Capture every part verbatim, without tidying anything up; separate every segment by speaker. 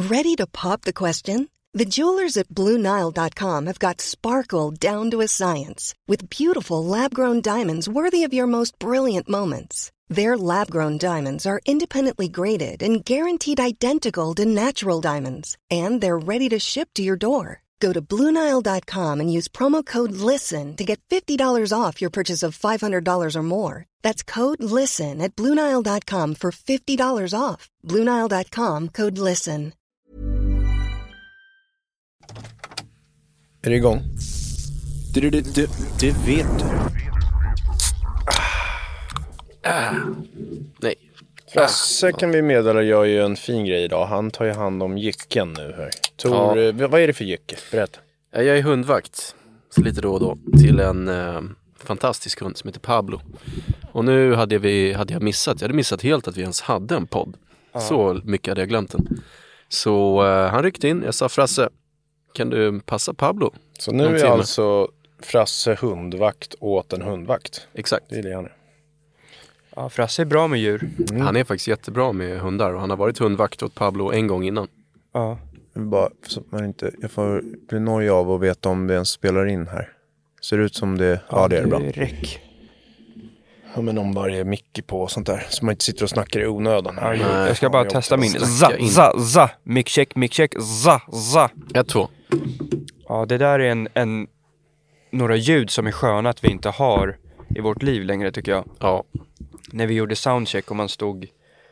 Speaker 1: Ready to pop the question? The jewelers at Blue Nile dot com have got sparkle down to a science with beautiful lab-grown diamonds worthy of your most brilliant moments. Their lab-grown diamonds are independently graded and guaranteed identical to natural diamonds, and they're ready to ship to your door. Go to Blue Nile dot com and use promo code LISTEN to get fifty dollars off your purchase of five hundred dollars or more. That's code LISTEN at Blue Nile dot com for fifty dollars off. Blue Nile dot com, code LISTEN.
Speaker 2: Är det igång?
Speaker 3: Du, du, du, du vet du.
Speaker 2: Ah. Nej. Frasse kan vi meddela, gör ju en fin grej idag. Han tar ju hand om jycken nu här. Tor, ja. Vad är det för jycke? Berätta.
Speaker 3: Jag är hundvakt, så lite då och då, till en eh, fantastisk hund som heter Pablo. Och nu hade, vi, hade jag missat, jag hade missat helt att vi ens hade en podd. Ja. Så mycket hade jag glömt den. Så eh, han ryckte in, jag sa Frasse, kan du passa Pablo?
Speaker 2: Så nu är alltså Frasse hundvakt åt en hundvakt.
Speaker 3: Exakt.
Speaker 2: Det är det han är.
Speaker 4: Ja, Frasse är bra med djur.
Speaker 3: Mm. Han är faktiskt jättebra med hundar och han har varit hundvakt åt Pablo en gång innan.
Speaker 2: Ja. Bara, så man inte, jag får bli nöjd av att veta om vi ens spelar in här. Ser ut som det, ja, ja det är det bra.
Speaker 4: Räck.
Speaker 2: Ja, men om varje mick på och sånt där. Så man inte sitter och snackar i onödan här.
Speaker 4: Ja, jag ska bara testa min. Za, za, za. Mic check, mic check. Za, za.
Speaker 3: Ett, två.
Speaker 4: Ja, det där är en, en några ljud som är sköna att vi inte har i vårt liv längre, tycker jag.
Speaker 3: Ja.
Speaker 4: När vi gjorde soundcheck och man stod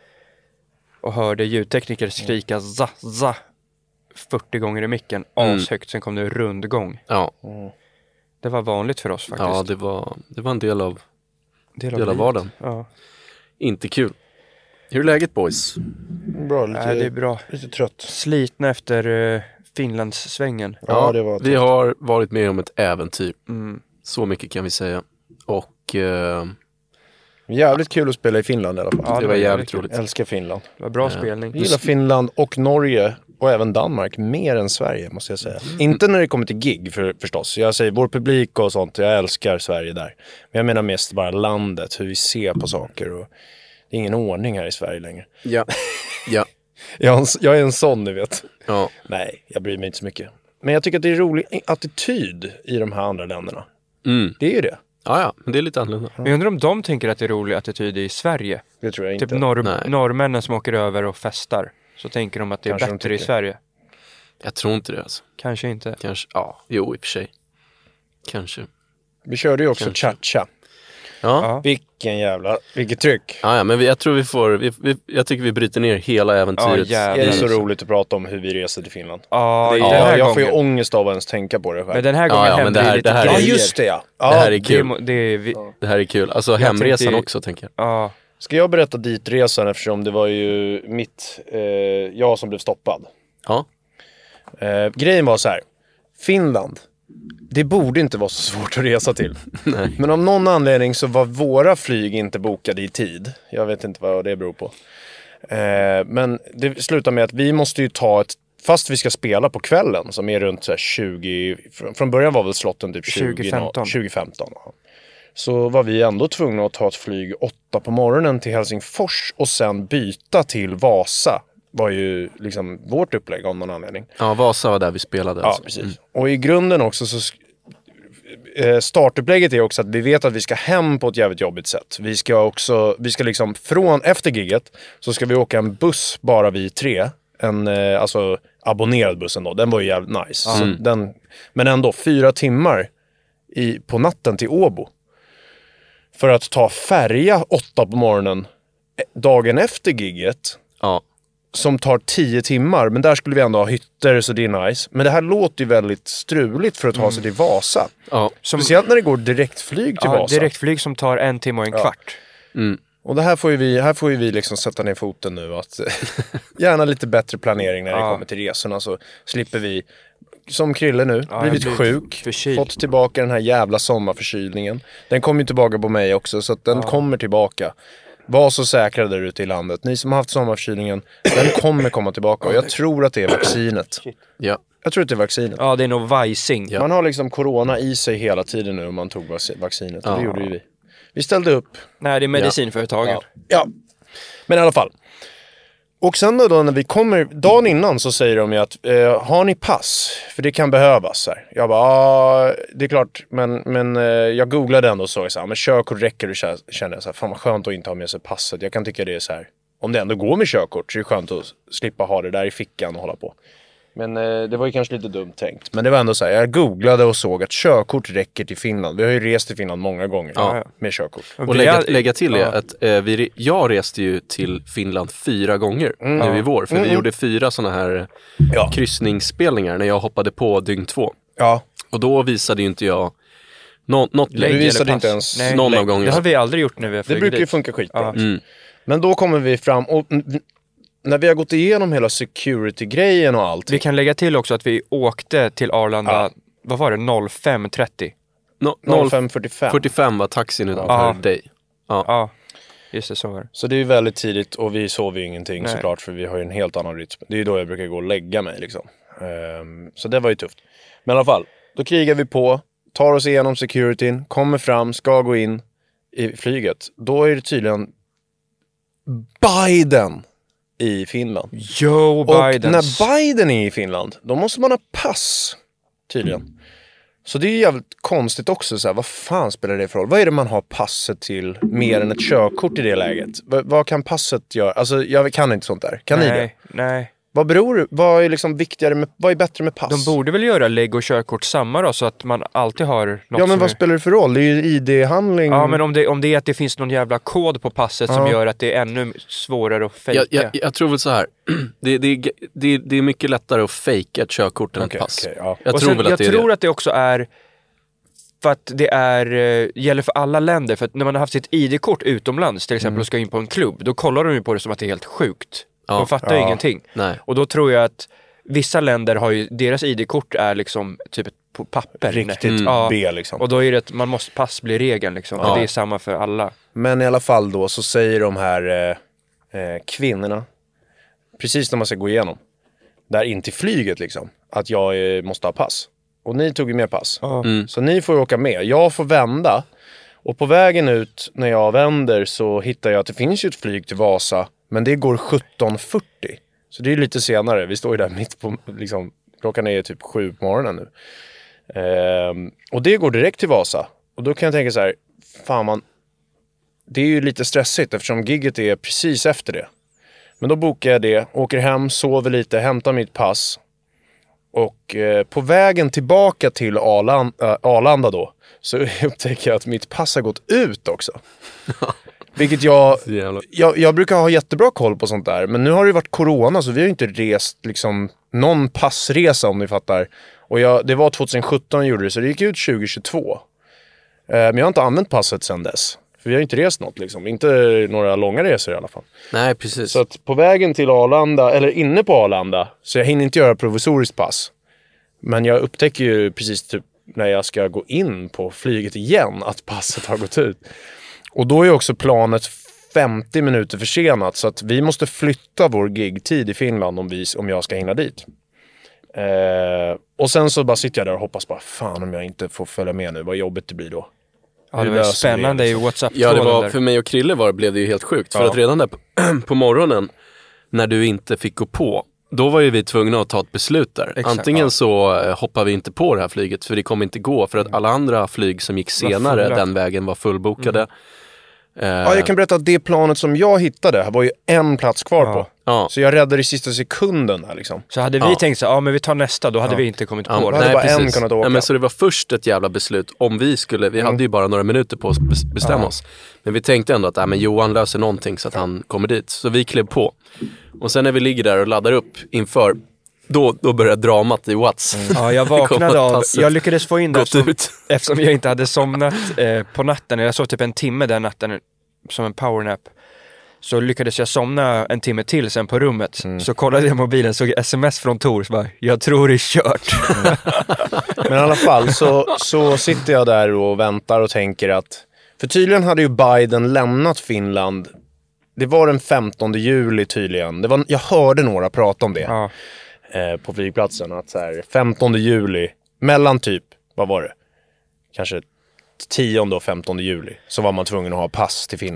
Speaker 4: och hörde ljudtekniker skrika za, za fyrtio gånger i micken,
Speaker 3: mm.
Speaker 4: ashögt, sen kom det rundgång.
Speaker 3: Ja.
Speaker 4: Mm. Det var vanligt för oss faktiskt.
Speaker 3: Ja, det var, det var en del av,
Speaker 4: del av,
Speaker 3: del av vardagen.
Speaker 4: Ja.
Speaker 3: Inte kul. Hur är läget, boys?
Speaker 2: Bra, lite,
Speaker 4: Nej, det är bra.
Speaker 2: Lite trött.
Speaker 4: Slitna efter uh, Finlandssvängen.
Speaker 3: Ja, ja, det var vi har varit med om ett äventyr.
Speaker 4: Mm.
Speaker 3: Så mycket kan vi säga. Och... Uh,
Speaker 2: jävligt kul att spela i Finland i alla fall.
Speaker 3: Ja, det, det var jävligt roligt.
Speaker 2: Jag älskar Finland.
Speaker 4: Det var bra ja. spelning.
Speaker 2: Jag gillar Finland och Norge och även Danmark mer än Sverige, måste jag säga. Mm. Inte när det kommer till gig för, förstås. Jag säger vår publik och sånt, jag älskar Sverige där. Men jag menar mest bara landet, hur vi ser på saker. Och det är ingen ordning här i Sverige längre.
Speaker 3: Ja, ja.
Speaker 2: jag, är en, jag är en sån, ni vet.
Speaker 3: Ja.
Speaker 2: Nej, jag bryr mig inte så mycket. Men jag tycker att det är rolig attityd i de här andra länderna.
Speaker 3: Mm.
Speaker 2: Det är ju det.
Speaker 3: Ja, ja, men det är lite annorlunda.
Speaker 4: Men jag undrar om de tänker att det är rolig attityd i Sverige.
Speaker 2: Det tror jag inte.
Speaker 4: Typ norr- norrmännen som åker över och festar. Så tänker de att det är Kanske bättre de i Sverige.
Speaker 3: Jag tror inte det alltså.
Speaker 4: Kanske inte.
Speaker 3: Kanske, ja, jo i och för sig. Kanske.
Speaker 2: Vi körde ju också
Speaker 3: Kanske.
Speaker 2: cha-cha.
Speaker 3: Ja.
Speaker 2: Vilken jävla, vilket tryck.
Speaker 3: Ja, ja, men vi, jag tror vi får, vi, vi, jag tycker vi bryter ner hela äventyret.
Speaker 4: Ja,
Speaker 2: det är så roligt att prata om hur vi reser till Finland.
Speaker 4: Ja,
Speaker 2: det,
Speaker 4: ja
Speaker 2: jag
Speaker 4: gången.
Speaker 2: får ju ångest av att ens tänka på det själv.
Speaker 4: Men den här gången
Speaker 3: ja, ja,
Speaker 4: hände
Speaker 3: det här,
Speaker 4: lite
Speaker 3: det här
Speaker 2: Ja,
Speaker 3: är,
Speaker 2: just det ja. ja.
Speaker 3: Det här är kul.
Speaker 4: Det, det, vi,
Speaker 3: det här är kul. Alltså jag hemresan tänkte, också, tänker jag.
Speaker 4: Ja.
Speaker 2: Ska jag berätta ditresan eftersom det var ju mitt, eh, jag som blev stoppad.
Speaker 3: Ja.
Speaker 2: Eh, grejen var så här. Finland, det borde inte vara så svårt att resa till.
Speaker 3: Nej.
Speaker 2: Men av någon anledning så var våra flyg inte bokade i tid. Jag vet inte vad det beror på. Eh, men det slutar med att vi måste ju ta ett, fast vi ska spela på kvällen som är runt så här tjugo, från början var väl slotten typ tjugo, tjugo femton. Så var vi ändå tvungna att ta ett flyg åtta på morgonen till Helsingfors och sen byta till Vasa. Var ju liksom vårt upplägg av någon anledning.
Speaker 3: Ja, Vasa var där vi spelade.
Speaker 2: Ja,
Speaker 3: alltså.
Speaker 2: precis.
Speaker 3: Mm.
Speaker 2: Och i grunden också så startupplägget är också att vi vet att vi ska hem på ett jävligt jobbigt sätt. Vi ska också, vi ska liksom från efter gigget så ska vi åka en buss bara vi tre. En eh, alltså abonnerad buss ändå. Den var ju jävligt nice.
Speaker 3: Mm.
Speaker 2: Så den, men ändå fyra timmar i, på natten till Åbo. För att ta färja åtta på morgonen dagen efter gigget.
Speaker 3: Ja.
Speaker 2: Som tar tio timmar. Men där skulle vi ändå ha hytter så det är nice. Men det här låter ju väldigt struligt för att ta mm. sig till Vasa.
Speaker 3: Ja.
Speaker 2: Speciellt när det går direktflyg till
Speaker 4: ja,
Speaker 2: Vasa.
Speaker 4: Direktflyg som tar en timme och en
Speaker 2: ja.
Speaker 4: kvart.
Speaker 3: Mm.
Speaker 2: Och det här får ju vi, här får ju vi liksom sätta ner foten nu. Att gärna lite bättre planering när det ja. kommer till resorna. Så slipper vi, som Krille nu, ja, blivit sjuk. Förkyld. Fått tillbaka den här jävla sommarförkylningen. Den kommer ju tillbaka på mig också. Så att den ja. kommer tillbaka. Var så säkra där ute i landet. Ni som har haft sommarförkylningen, den kommer komma tillbaka. Och jag tror att det är vaccinet.
Speaker 3: Ja.
Speaker 2: Jag tror att det är vaccinet.
Speaker 4: Ja, det är nog vajsing.
Speaker 2: Ja. Man har liksom corona i sig hela tiden nu om man tog vaccinet. Ja. Det gjorde ju vi. Vi ställde upp.
Speaker 4: Nej, det är medicinföretagen.
Speaker 2: Ja. ja. Men i alla fall. Och sen då, då när vi kommer, dagen innan så säger de ju att eh, har ni pass? För det kan behövas här. Jag bara, ja det är klart, men, men eh, jag googlade ändå och såg så här, men körkort räcker, och kände jag så här, fan vad skönt att inte ha med sig passet. Jag kan tycka det är så här, om det ändå går med körkort så är det skönt att slippa ha det där i fickan och hålla på. Men eh, det var ju kanske lite dumt tänkt. Men det var ändå så här, jag googlade och såg att körkort räcker till Finland. Vi har ju rest till Finland många gånger ja. med körkort.
Speaker 3: Och lägga, lägga till det ja. att eh, vi, jag reste ju till Finland fyra gånger mm. nu i vår. För mm. vi gjorde fyra sådana här ja. kryssningsspelningar när jag hoppade på dygn två. Ja. Och då visade ju inte jag nå, något lägg.
Speaker 2: Du visade inte ens
Speaker 4: Nej,
Speaker 2: någon
Speaker 4: lägg.
Speaker 2: av gångerna.
Speaker 4: Det har vi aldrig gjort när vi har flugit.
Speaker 2: Det brukar ju funka skitbra. Ja. Mm. Men då kommer vi fram och när vi har gått igenom hela security-grejen och allt.
Speaker 4: Vi kan lägga till också att vi åkte till Arlanda, ja. vad var det, fem trettio?
Speaker 2: No, noll fem fyrtiofem.
Speaker 3: fyrtiofem var taxin utanför ja. dig. Ja.
Speaker 4: ja, just det, så var det.
Speaker 2: Så det är ju väldigt tidigt och vi sover ju ingenting Nej. såklart, för vi har ju en helt annan rytm. Det är ju då jag brukar gå och lägga mig liksom. Um, så det var ju tufft. Men i alla fall, då krigar vi på, tar oss igenom securityn, kommer fram, ska gå in i flyget. Då är det tydligen Biden i Finland.
Speaker 4: Joe Biden.
Speaker 2: Och när Biden är i Finland, då måste man ha pass tydligen. Mm. Så det är ju jävligt konstigt också så här, vad fan spelar det för roll? Vad är det man har passet till mer än ett körkort i det läget? V- vad kan passet göra? Alltså jag kan inte sånt där. Kan
Speaker 4: nej,
Speaker 2: ni det?
Speaker 4: Nej.
Speaker 2: Vad beror vad är liksom viktigare med, vad är bättre med pass?
Speaker 4: De borde väl göra lägg och körkort samma då, så att man alltid har något.
Speaker 2: Ja, men vad är... spelar det för roll? Det är ju I D-handling.
Speaker 4: Ja, men om det, om det är att det finns någon jävla kod på passet ja. som gör att det är ännu svårare att fejka.
Speaker 3: Jag, jag, jag tror väl så här. Det, det, det, det är mycket lättare att fejka ett körkort än
Speaker 2: okay,
Speaker 3: ett pass.
Speaker 2: Okay, ja.
Speaker 3: Jag
Speaker 4: och
Speaker 3: tror
Speaker 4: sen,
Speaker 3: väl att
Speaker 4: jag
Speaker 3: det är
Speaker 4: tror
Speaker 3: det.
Speaker 4: att det också är för att det är, gäller för alla länder. För att när man har haft sitt I D-kort utomlands till exempel mm. och ska in på en klubb, då kollar de ju på det som att det är helt sjukt. Ja. De fattar ju ja. ingenting.
Speaker 3: Nej.
Speaker 4: Och då tror jag att vissa länder har ju, deras I D-kort är liksom typ ett papper.
Speaker 2: Riktigt mm.
Speaker 4: ja.
Speaker 2: B liksom.
Speaker 4: Och då är det att man måste, pass bli regeln liksom. Ja. Och det är samma för alla.
Speaker 2: Men i alla fall då så säger de här eh, eh, kvinnorna, precis när man ska gå igenom, där in till flyget liksom, att jag eh, måste ha pass. Och ni tog ju med pass. Mm. Så ni får åka med. Jag får vända. Och på vägen ut, när jag vänder, så hittar jag att det finns ju ett flyg till Vasa. Men det går sjutton fyrtio. Så det är lite senare. Vi står ju där mitt på, liksom, klockan är typ sju på morgonen nu. Ehm, och det går direkt till Vasa. Och då kan jag tänka så här, fan man, det är ju lite stressigt eftersom gigget är precis efter det. Men då bokar jag det, åker hem, sover lite, hämtar mitt pass. Och eh, på vägen tillbaka till Arlanda, äh, Arlanda då, så upptäcker jag att mitt pass har gått ut också. Vilket jag, jag, jag brukar ha jättebra koll på sånt där. Men nu har det varit corona, så vi har ju inte rest liksom någon passresa, om ni fattar. Och jag, det var tjugohundrasjutton jag gjorde det, så det gick ut tjugohundratjugotvå. Eh, men jag har inte använt passet sedan dess. För vi har inte rest något liksom. Inte några långa resor i alla fall.
Speaker 3: Nej, precis.
Speaker 2: Så att på vägen till Arlanda, eller inne på Arlanda, så jag hinner inte göra provisoriskt pass. Men jag upptäcker ju precis typ när jag ska gå in på flyget igen att passet har gått ut. Och då är också planet femtio minuter försenat, så att vi måste flytta vår gigtid i Finland om, vi, om jag ska hinna dit. Eh, och sen så bara sitter jag där och hoppas bara, fan om jag inte får följa med nu, vad jobbigt det blir då.
Speaker 4: Ja, det var spännande det, liksom. I WhatsApp.
Speaker 3: Ja, det var, för mig och Krille var, blev det ju helt sjukt. För
Speaker 2: ja.
Speaker 3: att redan där på, på morgonen, när du inte fick gå på, då var ju vi tvungna att ta ett beslut där. Exakt, Antingen ja. så hoppar vi inte på det här flyget, för det kommer inte gå. För att alla andra flyg som gick senare den vägen var fullbokade. Mm. Uh,
Speaker 2: ja, jag kan berätta att det planet som jag hittade var ju en plats kvar ja. på.
Speaker 3: Ja.
Speaker 2: Så jag räddade i sista sekunden här liksom.
Speaker 4: Så hade vi
Speaker 3: ja.
Speaker 4: tänkt så, ja men vi tar nästa, då hade ja. vi inte kommit
Speaker 3: ja,
Speaker 4: på det.
Speaker 2: Hade
Speaker 3: nej,
Speaker 2: bara
Speaker 3: precis.
Speaker 2: en kunnat åka.
Speaker 3: Nej, men så det var först ett jävla beslut om vi skulle, vi mm. hade ju bara några minuter på oss att bestämma ja. oss. Men vi tänkte ändå att äh, men Johan löser någonting så att han kommer dit. Så vi klev på. Och sen när vi ligger där och laddar upp inför, Då, då började dramat i Whats.
Speaker 4: Mm. Ja, jag vaknade av, jag lyckades få in det som, eftersom jag inte hade somnat eh, på natten. Jag sov typ en timme den natten som en powernap. Så lyckades jag somna en timme till sen på rummet. Mm. Så kollade jag mobilen, såg sms från Tor. Så bara, jag tror det är kört.
Speaker 2: Mm. Men i alla fall så, så sitter jag där och väntar och tänker att... För tydligen hade ju Biden lämnat Finland. Det var den femtonde juli tydligen. Det var, jag hörde några prata om det.
Speaker 4: Ja.
Speaker 2: På flygplatsen, att så här, femtonde juli, mellan typ, vad var det? Kanske tionde och femtonde juli, så var man tvungen att ha pass till Finland.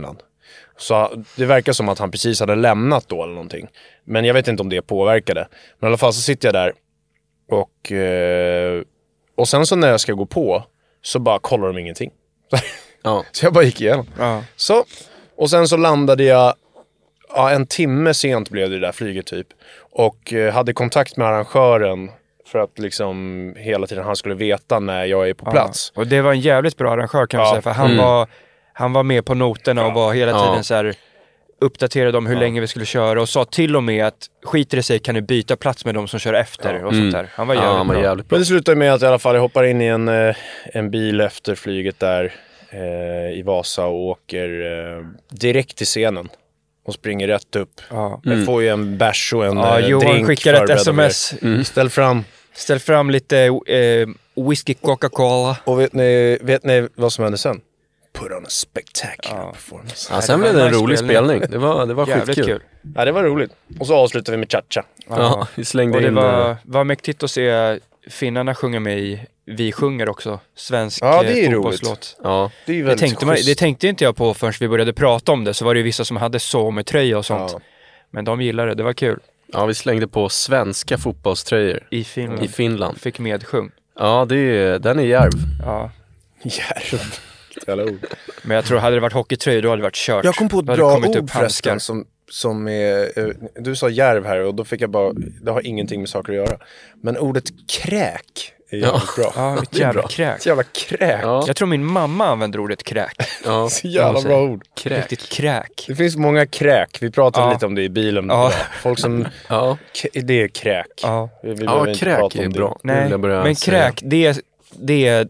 Speaker 2: Så det verkar som att han precis hade lämnat då eller någonting. Men jag vet inte om det påverkade. Men i alla fall så sitter jag där. Och, eh, och sen så när jag ska gå på så bara kollar de ingenting.
Speaker 3: Ja.
Speaker 2: Så jag bara gick igenom.
Speaker 4: Ja.
Speaker 2: Så, och sen så landade jag ja, en timme sent blev det där flyget typ. Och eh, hade kontakt med arrangören för att liksom hela tiden han skulle veta när jag är på plats.
Speaker 4: Ja. Och det var en jävligt bra arrangör kan man
Speaker 2: Ja.
Speaker 4: säga. För han,
Speaker 3: Mm.
Speaker 4: var, han var med på noterna och var hela tiden
Speaker 3: Ja.
Speaker 4: så här uppdaterade om hur
Speaker 2: Ja.
Speaker 4: länge vi skulle köra och sa till och med att skiter det sig kan du byta plats med de som kör efter
Speaker 2: Ja.
Speaker 4: och sånt där. Han var
Speaker 3: Ja,
Speaker 4: jävligt
Speaker 3: han var
Speaker 4: bra.
Speaker 3: jävligt bra.
Speaker 2: Men det slutar med att i alla fall jag hoppar in i en, eh, en bil efter flyget där eh, i Vasa och åker eh, direkt till scenen. Och springer rätt upp.
Speaker 4: Ja.
Speaker 2: Jag får ju en bärs och en
Speaker 4: Ja,
Speaker 2: eh,
Speaker 4: Johan
Speaker 2: drink
Speaker 4: skickar ett
Speaker 2: förberedd av er.
Speaker 4: sms.
Speaker 3: Mm.
Speaker 2: Ställ fram.
Speaker 4: Ställ fram lite eh, whisky Coca-Cola.
Speaker 2: Och vet ni, vet ni vad som hände sen? Put on a spectacular
Speaker 4: Ja.
Speaker 2: performance.
Speaker 3: Ja, sen
Speaker 4: det var
Speaker 3: blev det en
Speaker 4: nice
Speaker 3: rolig
Speaker 4: spelning.
Speaker 3: spelning. Det var, det var
Speaker 4: Jävligt
Speaker 3: skitkul.
Speaker 4: kul.
Speaker 2: Ja, det var roligt. Och så avslutar vi med cha-cha.
Speaker 3: Ja, vi slängde
Speaker 4: Och det
Speaker 3: in...
Speaker 4: var,
Speaker 3: eh,
Speaker 4: var mäktigt att se finnarna sjunga med i Vi sjunger också. Svensk
Speaker 2: Ja, det är
Speaker 4: eh,
Speaker 2: roligt.
Speaker 4: fotbollslåt.
Speaker 3: Ja,
Speaker 2: Det är ju
Speaker 4: Det
Speaker 2: väldigt
Speaker 4: tänkte, man,
Speaker 2: schysst.
Speaker 4: det tänkte inte jag på förrän vi började prata om det. Så var det ju vissa som hade sommertröja och sånt.
Speaker 2: Ja.
Speaker 4: Men de gillade det, det var kul.
Speaker 3: ja, vi slängde på svenska fotbollströjor
Speaker 4: I Finland.
Speaker 3: i Finland.
Speaker 4: Fick medsjung.
Speaker 3: Ja, det är, den är djärv.
Speaker 4: Ja.
Speaker 2: Järv. Jävla ord.
Speaker 4: Men jag tror hade det varit hockeytröja då hade det varit kört.
Speaker 2: Jag kom på ett
Speaker 4: Då hade
Speaker 2: bra
Speaker 4: det kommit
Speaker 2: ord
Speaker 4: upp handskar.
Speaker 2: förresten som, som är, eh, du sa järv här och då fick jag bara, det har ingenting med saker att göra. Men ordet kräk är jävligt bra.
Speaker 4: Ja, ett
Speaker 3: Det är
Speaker 4: jävla
Speaker 3: bra.
Speaker 4: kräk.
Speaker 2: Ett jävla kräk.
Speaker 3: Ja,
Speaker 4: Jag tror min mamma använder ordet kräk.
Speaker 3: ja.
Speaker 2: Så jävla
Speaker 3: vad
Speaker 2: bra
Speaker 3: säger-
Speaker 2: ord.
Speaker 3: Kräk.
Speaker 4: Riktigt kräk.
Speaker 2: Det finns många kräk. Vi pratade
Speaker 4: Ja.
Speaker 2: lite om det i bilen.
Speaker 4: Ja.
Speaker 2: idag. Folk som,
Speaker 3: Ja,
Speaker 2: k- det är kräk.
Speaker 4: Ja.
Speaker 2: Vi, vi
Speaker 3: ja
Speaker 2: behöver inte
Speaker 3: kräk
Speaker 2: prata
Speaker 3: är
Speaker 2: om
Speaker 3: bra. Det
Speaker 4: Nej,
Speaker 3: vill jag börja
Speaker 4: men
Speaker 3: säga.
Speaker 4: kräk, det är, det är...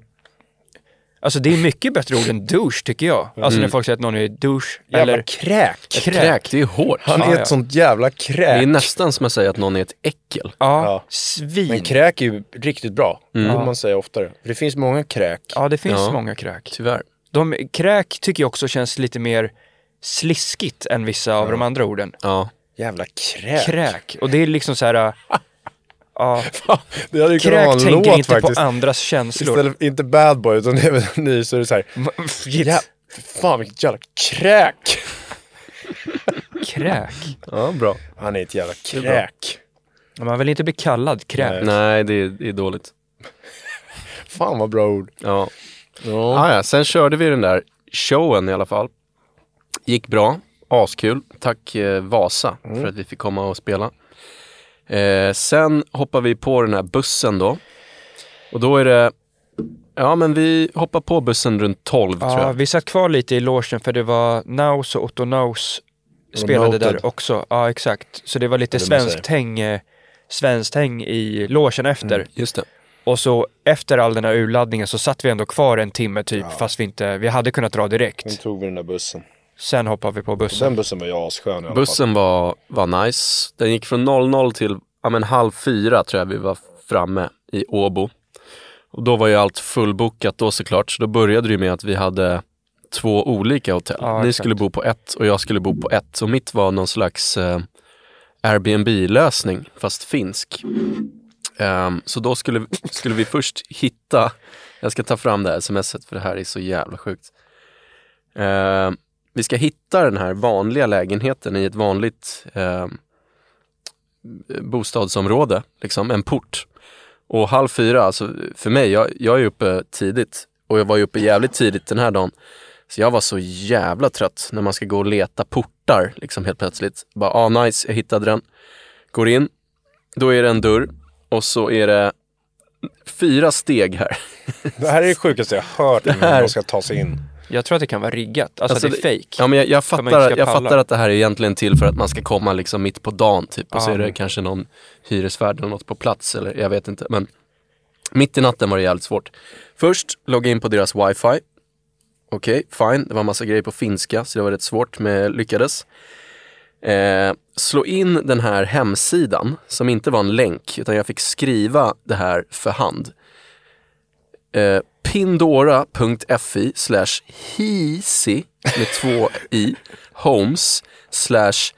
Speaker 4: Alltså det är mycket bättre ord än douche tycker jag. Alltså
Speaker 3: Mm.
Speaker 4: när folk säger att någon är douche.
Speaker 2: det. Jävla
Speaker 4: Eller
Speaker 2: kräk.
Speaker 4: kräk.
Speaker 3: Kräk, det är hårt.
Speaker 2: Han
Speaker 4: Ja,
Speaker 2: är
Speaker 4: ja.
Speaker 2: ett sånt jävla
Speaker 3: Det
Speaker 2: kräk.
Speaker 3: är nästan som att säga att någon är ett äckel.
Speaker 4: Ja,
Speaker 2: Ja.
Speaker 4: svin.
Speaker 2: Men kräk är ju riktigt bra. Det
Speaker 3: Mm.
Speaker 2: vill man säga oftare. För det finns många kräk.
Speaker 4: Ja, det finns
Speaker 3: Ja.
Speaker 4: många kräk.
Speaker 3: Tyvärr.
Speaker 4: De, kräk tycker jag också känns lite mer sliskigt än vissa av de andra orden.
Speaker 3: Ja.
Speaker 2: Jävla kräk.
Speaker 4: Kräk. Och det är liksom så här... äh, Ja,
Speaker 2: Det hade ju kunnat vara
Speaker 4: kräk
Speaker 2: en
Speaker 4: tänker
Speaker 2: låt
Speaker 4: inte
Speaker 2: faktiskt.
Speaker 4: på andras känslor.
Speaker 2: Istället, inte bad boy utan det är väl en ny så är det så här. Ja, fan vilket jävla kräk.
Speaker 4: Kräk.
Speaker 3: Ja, bra.
Speaker 2: Han är ett jävla
Speaker 3: är bra.
Speaker 2: kräk.
Speaker 4: Man vill inte bli kallad kräk.
Speaker 2: Nej.
Speaker 3: Nej, det är, det är dåligt.
Speaker 2: Fan vad bra ord.
Speaker 3: Ja.
Speaker 2: Ja.
Speaker 3: Ah, ja, sen körde vi den där showen i alla fall. Gick bra, askul. Tack eh, Vasa för att vi fick komma och spela. Eh, sen hoppar vi på den här bussen då. Och då är det, ja men vi hoppar på bussen runt tolv tror
Speaker 4: Ja,
Speaker 3: jag.
Speaker 4: vi satt kvar lite i logen för det var Naus och Otto Naus spelade
Speaker 2: Noted.
Speaker 4: där också. Ja, exakt. Så det var lite
Speaker 2: Det man
Speaker 4: svenskt häng, eh, svenskt häng i logen efter.
Speaker 3: Just det.
Speaker 4: Och så efter all den här urladdningen så satt vi ändå kvar en timme typ, fast vi inte, vi hade kunnat dra
Speaker 2: Sen
Speaker 4: direkt.
Speaker 2: tog vi den där bussen.
Speaker 4: Sen hoppade vi på bussen.
Speaker 2: Den bussen var ju asskön i alla fall.
Speaker 3: Bussen var, var nice. Den gick från noll noll till ja, men halv fyra tror jag vi var framme i Åbo. Och då var ju allt fullbokat då såklart. Så då började det ju med att vi hade två olika hotell.
Speaker 4: Ja,
Speaker 3: Ni
Speaker 4: exakt.
Speaker 3: skulle bo på ett och jag skulle bo på ett. Och mitt var någon slags eh, Airbnb-lösning, fast finsk. Ehm, så då skulle, skulle vi först hitta, jag ska ta fram det här smset för det här är så jävla sjukt. Ehm, vi ska hitta den här vanliga lägenheten i ett vanligt ehm, bostadsområde, liksom en port. Och halv fyra, alltså för mig, jag, jag är uppe tidigt och jag var ju uppe jävligt tidigt den här dagen. Så jag var så jävla trött när man ska gå och leta portar liksom helt plötsligt. Bara, ah nice, jag hittade den. Går in, då är det en dörr och så är det fyra steg här.
Speaker 2: Det här är det sjukaste jag har hört
Speaker 3: Det
Speaker 2: när
Speaker 3: här-
Speaker 2: man ska ta sig in.
Speaker 4: Jag tror att det kan vara riggat, alltså,
Speaker 3: Alltså,
Speaker 4: att det är fake.
Speaker 3: Ja men jag, jag,
Speaker 4: man inte
Speaker 3: fattar,
Speaker 4: ska
Speaker 3: jag
Speaker 4: palla.
Speaker 3: fattar att det här är egentligen till för att man ska komma liksom mitt på dagen typ. Och så
Speaker 4: Ja.
Speaker 3: är det kanske någon hyresvärd eller något på plats eller jag vet inte. Men mitt i natten var det jävligt svårt. Först logga in på deras wifi. Okej, fine. Det var en massa grejer på finska så det var rätt svårt men lyckades. Eh, slå in den här hemsidan som inte var en länk utan jag fick skriva det här för hand. Eh, pindora.fi slash hisi med två i homes slash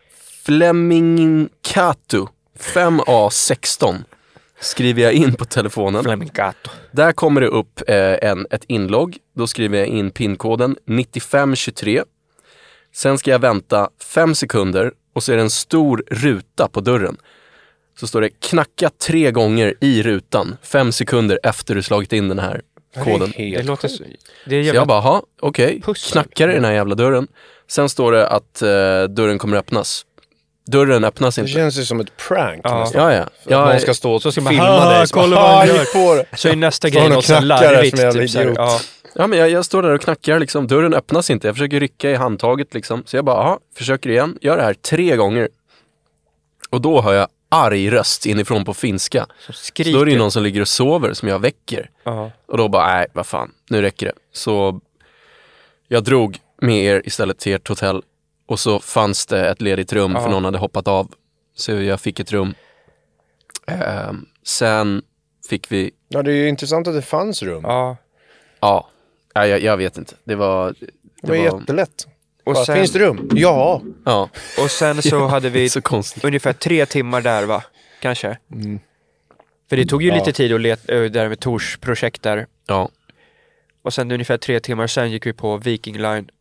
Speaker 3: Flemingkatu fem A sexton skriver jag in på telefonen.
Speaker 4: Flamingato.
Speaker 3: Där kommer det upp eh, en, ett inlogg. Då skriver jag in pinkoden nittiofem tjugotre. Sen ska jag vänta fem sekunder och så är det en stor ruta på dörren. Så står det knacka tre gånger i rutan fem sekunder efter du slagit in den här koden.
Speaker 4: Det, det låter så... Det är
Speaker 3: så jag bara, ha, okej, okay. Knackar i den här jävla dörren. Sen står det att uh, dörren kommer öppnas. Dörren öppnas inte.
Speaker 2: Det känns ju som ett prank
Speaker 3: ja.
Speaker 2: nästan.
Speaker 3: Ja, ja.
Speaker 2: ja någon ska stå och
Speaker 4: så ska
Speaker 2: filma
Speaker 4: man,
Speaker 2: dig.
Speaker 4: Kolla vad han gör. Så är nästa grej något så larvigt. Typ, så ja.
Speaker 3: ja, men jag, jag står där och knackar liksom. Dörren öppnas inte. Jag försöker rycka i handtaget liksom. Så jag bara, aha, försöker igen. Gör det här tre gånger. Och då hör jag arg röst inifrån på finska. Så, så då är det ju någon som ligger och sover som jag väcker. Uh-huh. Och då bara, nej, vad fan, nu räcker det. Så jag drog med er istället till ert hotell. Och så fanns det ett ledigt rum uh-huh. för någon hade hoppat av. Så jag fick ett rum. Eh, sen fick vi...
Speaker 2: Ja, det är ju intressant att det fanns rum.
Speaker 3: Uh. Ja, ja jag, jag vet inte. Det var... Det,
Speaker 2: det var, var jättelätt. Och sen, finns det rum? Ja.
Speaker 3: ja.
Speaker 4: Och sen så hade vi så ungefär tre timmar där, va? Kanske. Mm. För det tog ju ja. lite tid att leta där med Tors projekt där.
Speaker 3: Ja.
Speaker 4: Och sen ungefär tre timmar sen gick vi på Viking Line.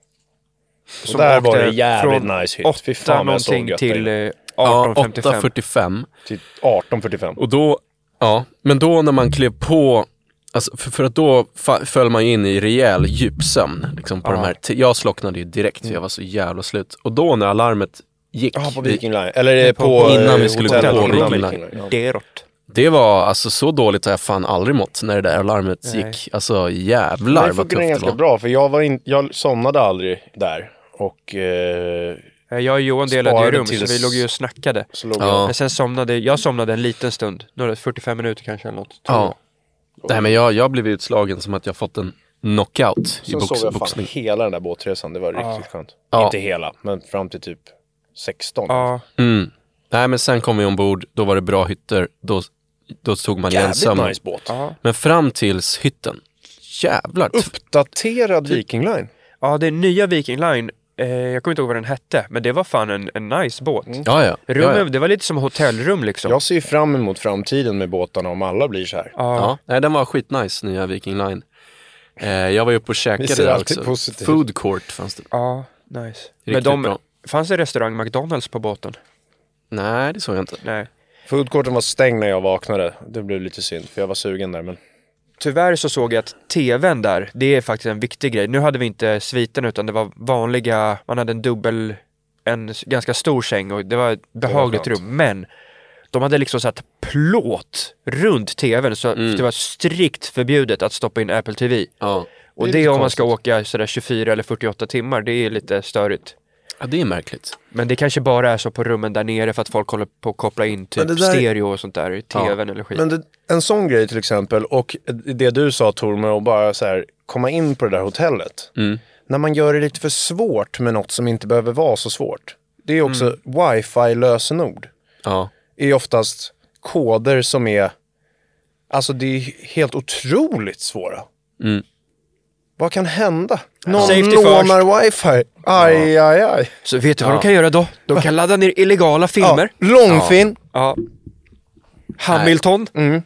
Speaker 2: Och där var det jävligt nice hytt. Fy fan,
Speaker 4: någonting till eh, arton femtiofem.
Speaker 3: Ja, åtta fyrtiofem.
Speaker 2: Till arton fyrtiofem.
Speaker 3: Och då, ja, men då när man klev på... Alltså för, för att då fa- föll man in i rejäl djupsömn liksom på ja. de här t- jag slocknade ju direkt för jag var så jävla slut. Och då när alarmet gick
Speaker 2: ja, på Viking Line eller på, på
Speaker 3: innan vi skulle gå på Viking Line.
Speaker 2: Ja.
Speaker 4: Derot.
Speaker 3: Det var alltså så dåligt att jag fan aldrig mått när det där alarmet Nej. gick. Alltså jävlar vad tufft det var. Det
Speaker 2: ganska bra för jag var in, jag somnade aldrig där och eh,
Speaker 4: jag och Johan delade ju rum så vi låg ju och snackade.
Speaker 3: Ja.
Speaker 4: Men sen somnade jag somnade en liten stund, några fyrtiofem minuter kanske eller något.
Speaker 3: Ja. Nej, men jag, jag blev utslagen som att jag fått en knockout i box,
Speaker 2: boxning. Så såg jag
Speaker 3: boxning.
Speaker 2: fan hela den där båtresan, det var ja. riktigt skönt.
Speaker 3: Ja.
Speaker 2: Inte hela, men fram till typ sexton.
Speaker 4: Ja.
Speaker 3: Mm. Nej, men sen kom vi ombord, då var det bra hytter, då, då tog man igen sömn.
Speaker 2: Nice båt.
Speaker 4: Ja.
Speaker 3: Men fram tills hytten, jävlar.
Speaker 2: Uppdaterad Viking Line.
Speaker 4: Ja, det är nya Viking Line. Jag kommer inte ihåg vad den hette, men det var fan en, en nice båt.
Speaker 3: Mm. Ja, ja.
Speaker 4: Rummen,
Speaker 3: ja, ja.
Speaker 4: Det var lite som hotellrum liksom.
Speaker 2: Jag ser ju fram emot framtiden med båtarna om alla blir så här.
Speaker 3: Ja, ja. Nej, den var skitnice, nya Viking Line. Eh, jag var ju uppe och käkade där också.
Speaker 2: Positivt.
Speaker 3: Food court fanns det.
Speaker 4: Ja, nice. Riktigt
Speaker 3: men de,
Speaker 4: bra. Fanns det restaurang McDonalds på båten?
Speaker 3: Nej, det såg jag inte.
Speaker 4: Nej.
Speaker 2: Food courten var stängd när jag vaknade. Det blev lite synd, för jag var sugen där, men...
Speaker 4: Tyvärr så såg jag att tvn där, det är faktiskt en viktig grej. Nu hade vi inte sviten utan det var vanliga, man hade en dubbel, en ganska stor säng och det var ett behagligt var rum. Men de hade liksom satt plåt runt tvn så mm. det var strikt förbjudet att stoppa in Apple T V.
Speaker 3: Ja.
Speaker 4: Och det, det om man ska åka sådär tjugofyra eller fyrtioåtta timmar, det är lite störigt.
Speaker 3: Ja, det är märkligt.
Speaker 4: Men det kanske bara är så på rummen där nere för att folk håller på att koppla in typ där... stereo och sånt där i tvn ja. eller skit.
Speaker 2: Men det, en sån grej till exempel, och det du sa Tor med att bara så här, komma in på det där hotellet.
Speaker 3: Mm.
Speaker 2: När man gör det lite för svårt med något som inte behöver vara så svårt. Det är också mm. wifi-lösenord.
Speaker 3: Ja.
Speaker 2: Är oftast koder som är, alltså det är helt otroligt svåra.
Speaker 3: Mm.
Speaker 2: Vad kan hända? Någon
Speaker 4: Safety
Speaker 2: lånar wifi. Aj, ja. aj, aj.
Speaker 4: Så vet du vad ja. de kan göra då? De kan ladda ner illegala filmer.
Speaker 2: Ja. Långfilm.
Speaker 4: Ja. ja. Hamilton.
Speaker 2: Mm.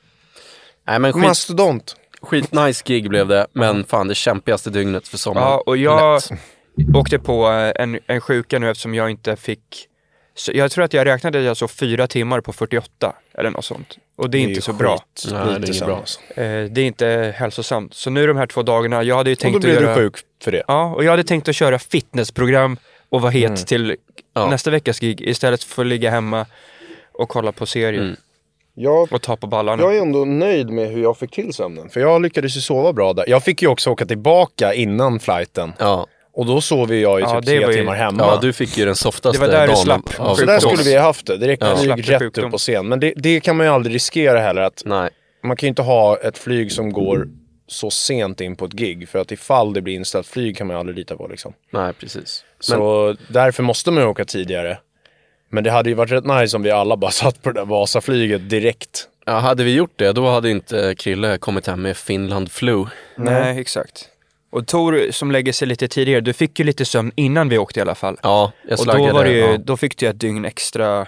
Speaker 3: Nej, men skit,
Speaker 2: Mastodont.
Speaker 3: Skitnice gig blev det. Men fan, det kämpigaste dygnet för sommaren.
Speaker 4: Ja, och jag Lätt. åkte på en, en sjuka nu eftersom jag inte fick... Så jag tror att jag räknade att jag så fyra timmar på fyrtioåtta. Eller något sånt. Och det är, det är inte så skit. bra.
Speaker 3: Nej, det är inte bra.
Speaker 4: Eh, det är inte hälsosamt. Så nu de här två dagarna, jag hade ju tänkt
Speaker 2: och då blev
Speaker 4: att göra...
Speaker 2: du sjuk för det.
Speaker 4: Ja, och jag hade tänkt att köra fitnessprogram och vara het mm. till
Speaker 3: ja.
Speaker 4: nästa veckas gig. Istället för att ligga hemma och kolla på serier. Mm.
Speaker 2: Jag,
Speaker 4: och ta på ballarna.
Speaker 2: Jag är ändå nöjd med hur jag fick till sömnen. För jag lyckades ju sova bra där. Jag fick ju också åka tillbaka innan flighten.
Speaker 3: Ja.
Speaker 2: Och då sov jag ju
Speaker 4: ja,
Speaker 2: typ tre
Speaker 4: ju...
Speaker 2: timmar hemma.
Speaker 3: Ja, du fick ju den softaste
Speaker 4: dagen. Det var där
Speaker 3: dagen
Speaker 4: du slapp.
Speaker 2: Av... Så där skulle vi ha haft det. Direkt
Speaker 3: ja.
Speaker 2: flyg rätt upp på scen. Men det, det kan man ju aldrig riskera heller. Att
Speaker 3: Nej.
Speaker 2: Man kan ju inte ha ett flyg som går så sent in på ett gig. För att ifall det blir inställt flyg kan man ju aldrig lita på liksom.
Speaker 3: Nej, precis.
Speaker 2: Så men... därför måste man ju åka tidigare. Men det hade ju varit rätt nice om vi alla bara satt på det där Vasaflyget direkt.
Speaker 3: Ja, hade vi gjort det, då hade inte Krille kommit hem med Finland Flu.
Speaker 4: Nej, exakt. Och Tor som lägger sig lite tidigare, du fick ju lite sömn innan vi åkte i alla fall.
Speaker 3: Ja, jag slaggade.
Speaker 4: Och då, var det ju,
Speaker 3: ja.
Speaker 4: då fick du ett dygn extra.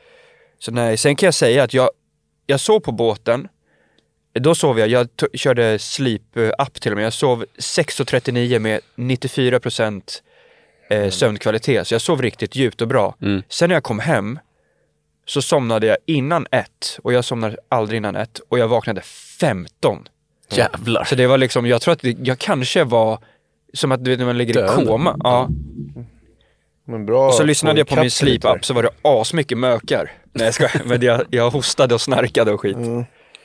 Speaker 4: Så nej, sen kan jag säga att jag, jag sov på båten. Då sov jag, jag t- körde sleep app till och med. Jag sov sex trettionio med nittiofyra procent eh, sömnkvalitet. Så jag sov riktigt djupt och bra.
Speaker 3: Mm.
Speaker 4: Sen när jag kom hem så somnade jag innan ett. Och jag somnade aldrig innan ett. Och jag vaknade femton.
Speaker 3: Jävlar.
Speaker 4: Så det var liksom, jag tror att det, jag kanske var som att du vet när man ligger
Speaker 3: Döden.
Speaker 4: i koma. Ja.
Speaker 2: Men bra.
Speaker 4: Och så lyssnade jag på min
Speaker 2: Kapsel lite
Speaker 4: sleep-app så var det asmycket mökar. Nej jag ska, men jag, jag hostade och snarkade och skit.
Speaker 2: Mm.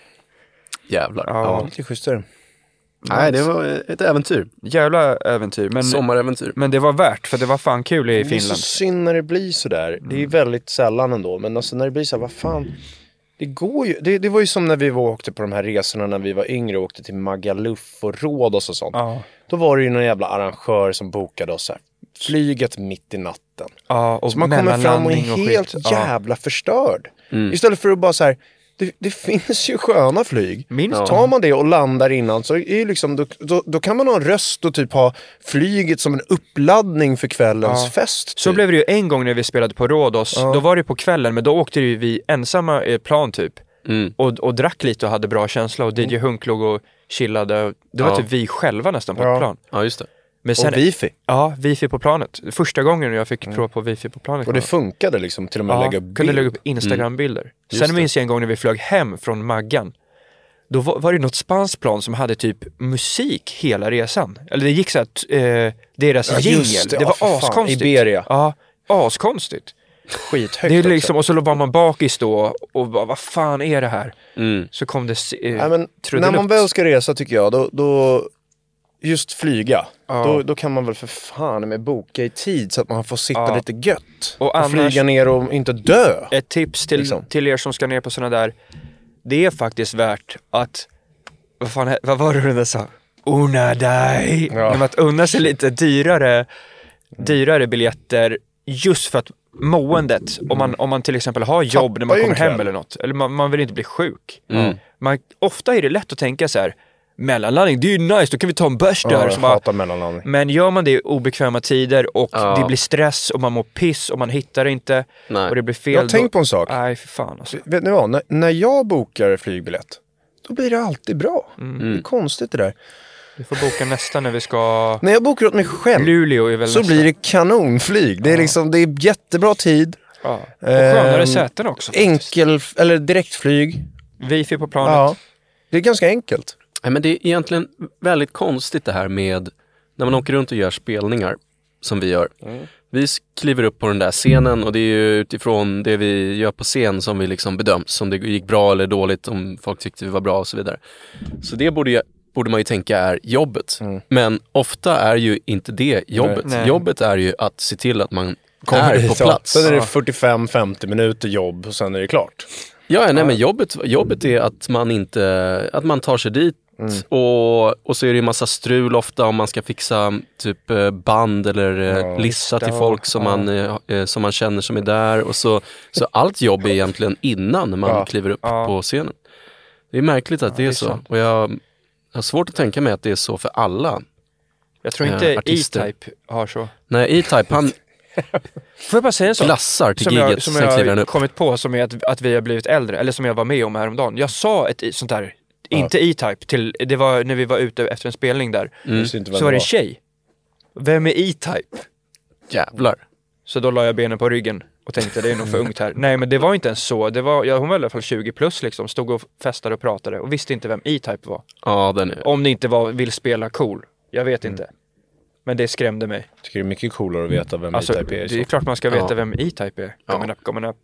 Speaker 3: Jävlar.
Speaker 4: Ja.
Speaker 3: Ja.
Speaker 2: Lite schysstare.
Speaker 3: Nej, det var ett äventyr.
Speaker 4: Jävla äventyr. Men,
Speaker 3: Sommaräventyr.
Speaker 4: men det var värt, för det var fan kul i
Speaker 2: Det är så
Speaker 4: Finland.
Speaker 2: synd när det blir sådär. Det är väldigt sällan ändå. Men alltså när det blir så här, vad fan. Det går ju. Det, det var ju som när vi var, åkte på de här resorna när vi var yngre och åkte till Magaluf och Rhodos och sånt.
Speaker 4: Ja.
Speaker 2: Då var det ju någon jävla arrangör som bokade oss här. Flyget mitt i natten.
Speaker 4: Ja, och
Speaker 2: Så man kommer fram och är
Speaker 4: mellanlandning och
Speaker 2: helt
Speaker 4: skit. Ja.
Speaker 2: jävla förstörd.
Speaker 3: Mm.
Speaker 2: Istället för att bara så här. Det, det finns ju sköna flyg.
Speaker 4: Minst.
Speaker 3: Ja.
Speaker 2: Tar man det och landar innan så är det liksom, då, då, då kan man ha en röst och typ ha flyget som en uppladdning för kvällens
Speaker 4: Ja.
Speaker 2: fest. Typ.
Speaker 4: Så blev det ju en gång när vi spelade på Rhodos.
Speaker 2: Ja.
Speaker 4: Då var det på kvällen, men då åkte ju vi ensamma i ett plan typ.
Speaker 3: Mm.
Speaker 4: Och, och drack lite och hade bra känsla. Och D J Hunk låg och chillade. Det var
Speaker 3: Ja.
Speaker 4: typ vi själva nästan på
Speaker 2: Ja.
Speaker 4: ett plan.
Speaker 3: Ja, just det.
Speaker 4: Men sen,
Speaker 2: Och wifi.
Speaker 4: ja, wifi på planet. Första gången jag fick prova på wifi på planet.
Speaker 2: Och det funkade liksom till och med
Speaker 4: ja,
Speaker 2: lägga upp
Speaker 4: kunde
Speaker 2: bild.
Speaker 4: lägga upp Instagram-bilder.
Speaker 3: Just
Speaker 4: Sen
Speaker 3: det.
Speaker 4: minns jag en gång när vi flög hem från Maggan. Då var, var det något spanskt plan som hade typ musik hela resan. Eller det gick så att eh, deras
Speaker 2: Ja,
Speaker 4: jingel.
Speaker 2: just
Speaker 4: Det,
Speaker 2: det.
Speaker 4: var
Speaker 2: Ja, för fan.
Speaker 4: askonstigt.
Speaker 2: Iberia.
Speaker 4: Ja, askonstigt.
Speaker 2: Skithögt
Speaker 4: Det är
Speaker 2: också.
Speaker 4: liksom, och så var man bakis då och bara, vad fan är det här?
Speaker 3: Mm.
Speaker 4: Så kom det eh,
Speaker 2: Nej, men när
Speaker 4: trudelutt.
Speaker 2: man väl ska resa tycker jag, då, då just flyga.
Speaker 4: Ja.
Speaker 2: Då, då kan man väl för fan med boka i tid så att man får sitta
Speaker 4: Ja.
Speaker 2: lite gött.
Speaker 4: Och
Speaker 2: Och,
Speaker 4: annars-
Speaker 2: flyga ner och inte dö.
Speaker 4: Ett tips till,
Speaker 2: Liksom.
Speaker 4: till er som ska ner på såna där. Det är faktiskt värt att, vad fan, he- vad var det den där sa? Unna dig.
Speaker 2: Ja.
Speaker 4: Men att unna sig lite dyrare, dyrare biljetter just för att måendet, om man, om man till exempel har jobb när man
Speaker 2: ju
Speaker 4: kommer
Speaker 2: en
Speaker 4: hem
Speaker 2: kväll.
Speaker 4: eller något, eller man, man vill inte bli sjuk.
Speaker 3: Mm.
Speaker 4: Man, ofta är det lätt att tänka så här, mellanlandning, det är ju nice, då kan vi ta en bärs
Speaker 2: Ja,
Speaker 4: där.
Speaker 2: jag
Speaker 4: Så bara,
Speaker 2: hatar mellanlandning.
Speaker 4: men gör man det i obekväma tider och
Speaker 3: Ja.
Speaker 4: det blir stress och man mår piss och man hittar det inte
Speaker 3: Nej.
Speaker 4: och det blir fel.
Speaker 2: Jag har tänkt på
Speaker 4: då,
Speaker 2: en sak.
Speaker 4: nej för fan alltså.
Speaker 2: Vet ni vad? När, när jag bokar flygbiljett, då blir det alltid bra.
Speaker 4: Mm.
Speaker 2: Det är konstigt det där.
Speaker 4: Vi får boka nästa när vi ska...
Speaker 2: När jag bokar åt mig själv
Speaker 4: Luleå är väl
Speaker 2: så
Speaker 4: nästa.
Speaker 2: blir det kanonflyg. Det är, liksom, det är jättebra tid.
Speaker 4: Ja. Och skönare
Speaker 2: Ehm,
Speaker 4: säten också. faktiskt.
Speaker 2: Enkel, eller direktflyg.
Speaker 4: Wifi på planet.
Speaker 2: Ja. Det är ganska enkelt.
Speaker 3: Nej, men det är egentligen väldigt konstigt det här med när man åker runt och gör spelningar som vi gör.
Speaker 2: Mm.
Speaker 3: Vi kliver upp på den där scenen och det är ju utifrån det vi gör på scen som vi liksom bedöms, om det gick bra eller dåligt, om folk tyckte vi var bra och så vidare. Så det borde, ju, borde man ju tänka är jobbet.
Speaker 2: Mm.
Speaker 3: Men ofta är ju inte det jobbet.
Speaker 4: Nej.
Speaker 3: Jobbet är ju att se till att man
Speaker 2: Kommer
Speaker 3: är
Speaker 2: dit,
Speaker 3: på
Speaker 2: ja.
Speaker 3: plats.
Speaker 2: Sen är det
Speaker 4: Ja.
Speaker 2: fyrtiofem femtio minuter jobb och sen är det klart.
Speaker 3: Ja, nej, men jobbet, jobbet är att man inte, att man tar sig dit
Speaker 2: Mm.
Speaker 3: och, och så är det en massa strul ofta om man ska fixa typ eh, band eller eh,
Speaker 2: Ja,
Speaker 3: lista till
Speaker 4: ja,
Speaker 3: folk som,
Speaker 4: ja.
Speaker 3: man, eh, eh, som man känner som är där och så, så allt jobb är egentligen innan man
Speaker 2: Ja.
Speaker 3: kliver upp
Speaker 4: Ja.
Speaker 3: på scenen. Det är märkligt att det är,
Speaker 4: det är
Speaker 3: så
Speaker 4: sant.
Speaker 3: och jag har svårt att tänka mig att det är så för alla.
Speaker 4: Jag tror
Speaker 3: Eh,
Speaker 4: inte
Speaker 3: artister.
Speaker 4: E-Type har så.
Speaker 3: Nej, E-Type han
Speaker 4: Får jag bara säga en sak?
Speaker 3: glassar till
Speaker 4: Som
Speaker 3: giget,
Speaker 4: jag, som
Speaker 3: sen kliver
Speaker 4: jag
Speaker 3: han
Speaker 4: har
Speaker 3: upp.
Speaker 4: kommit på som är att, att vi har blivit äldre. Eller som jag var med om häromdagen. Jag sa ett i- sånt där, inte E-Type, till, det var när vi var ute efter en spelning där.
Speaker 3: Mm.
Speaker 2: Visste inte vem
Speaker 4: Så var det en
Speaker 2: var.
Speaker 4: tjej. Vem är E-Type?
Speaker 3: Jävlar.
Speaker 4: Så då la jag benen på ryggen och tänkte det är nog för ungt här. Nej men det var inte ens så. Det var, ja, hon var i alla fall tjugo plus liksom. Stod och festade och pratade och visste inte vem E-Type var.
Speaker 3: Ja, den är...
Speaker 4: Om det inte var vill spela cool. Jag vet inte. Men det skrämde mig.
Speaker 2: Tycker det är mycket coolare att veta vem
Speaker 4: Alltså,
Speaker 2: E-Type är. i
Speaker 4: det är
Speaker 2: så.
Speaker 4: klart man ska veta
Speaker 3: Ja.
Speaker 4: vem E-Type är.
Speaker 3: Ja.
Speaker 4: Coming up, coming up.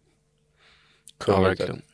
Speaker 3: Ja,
Speaker 2: Cool.
Speaker 3: verkligen.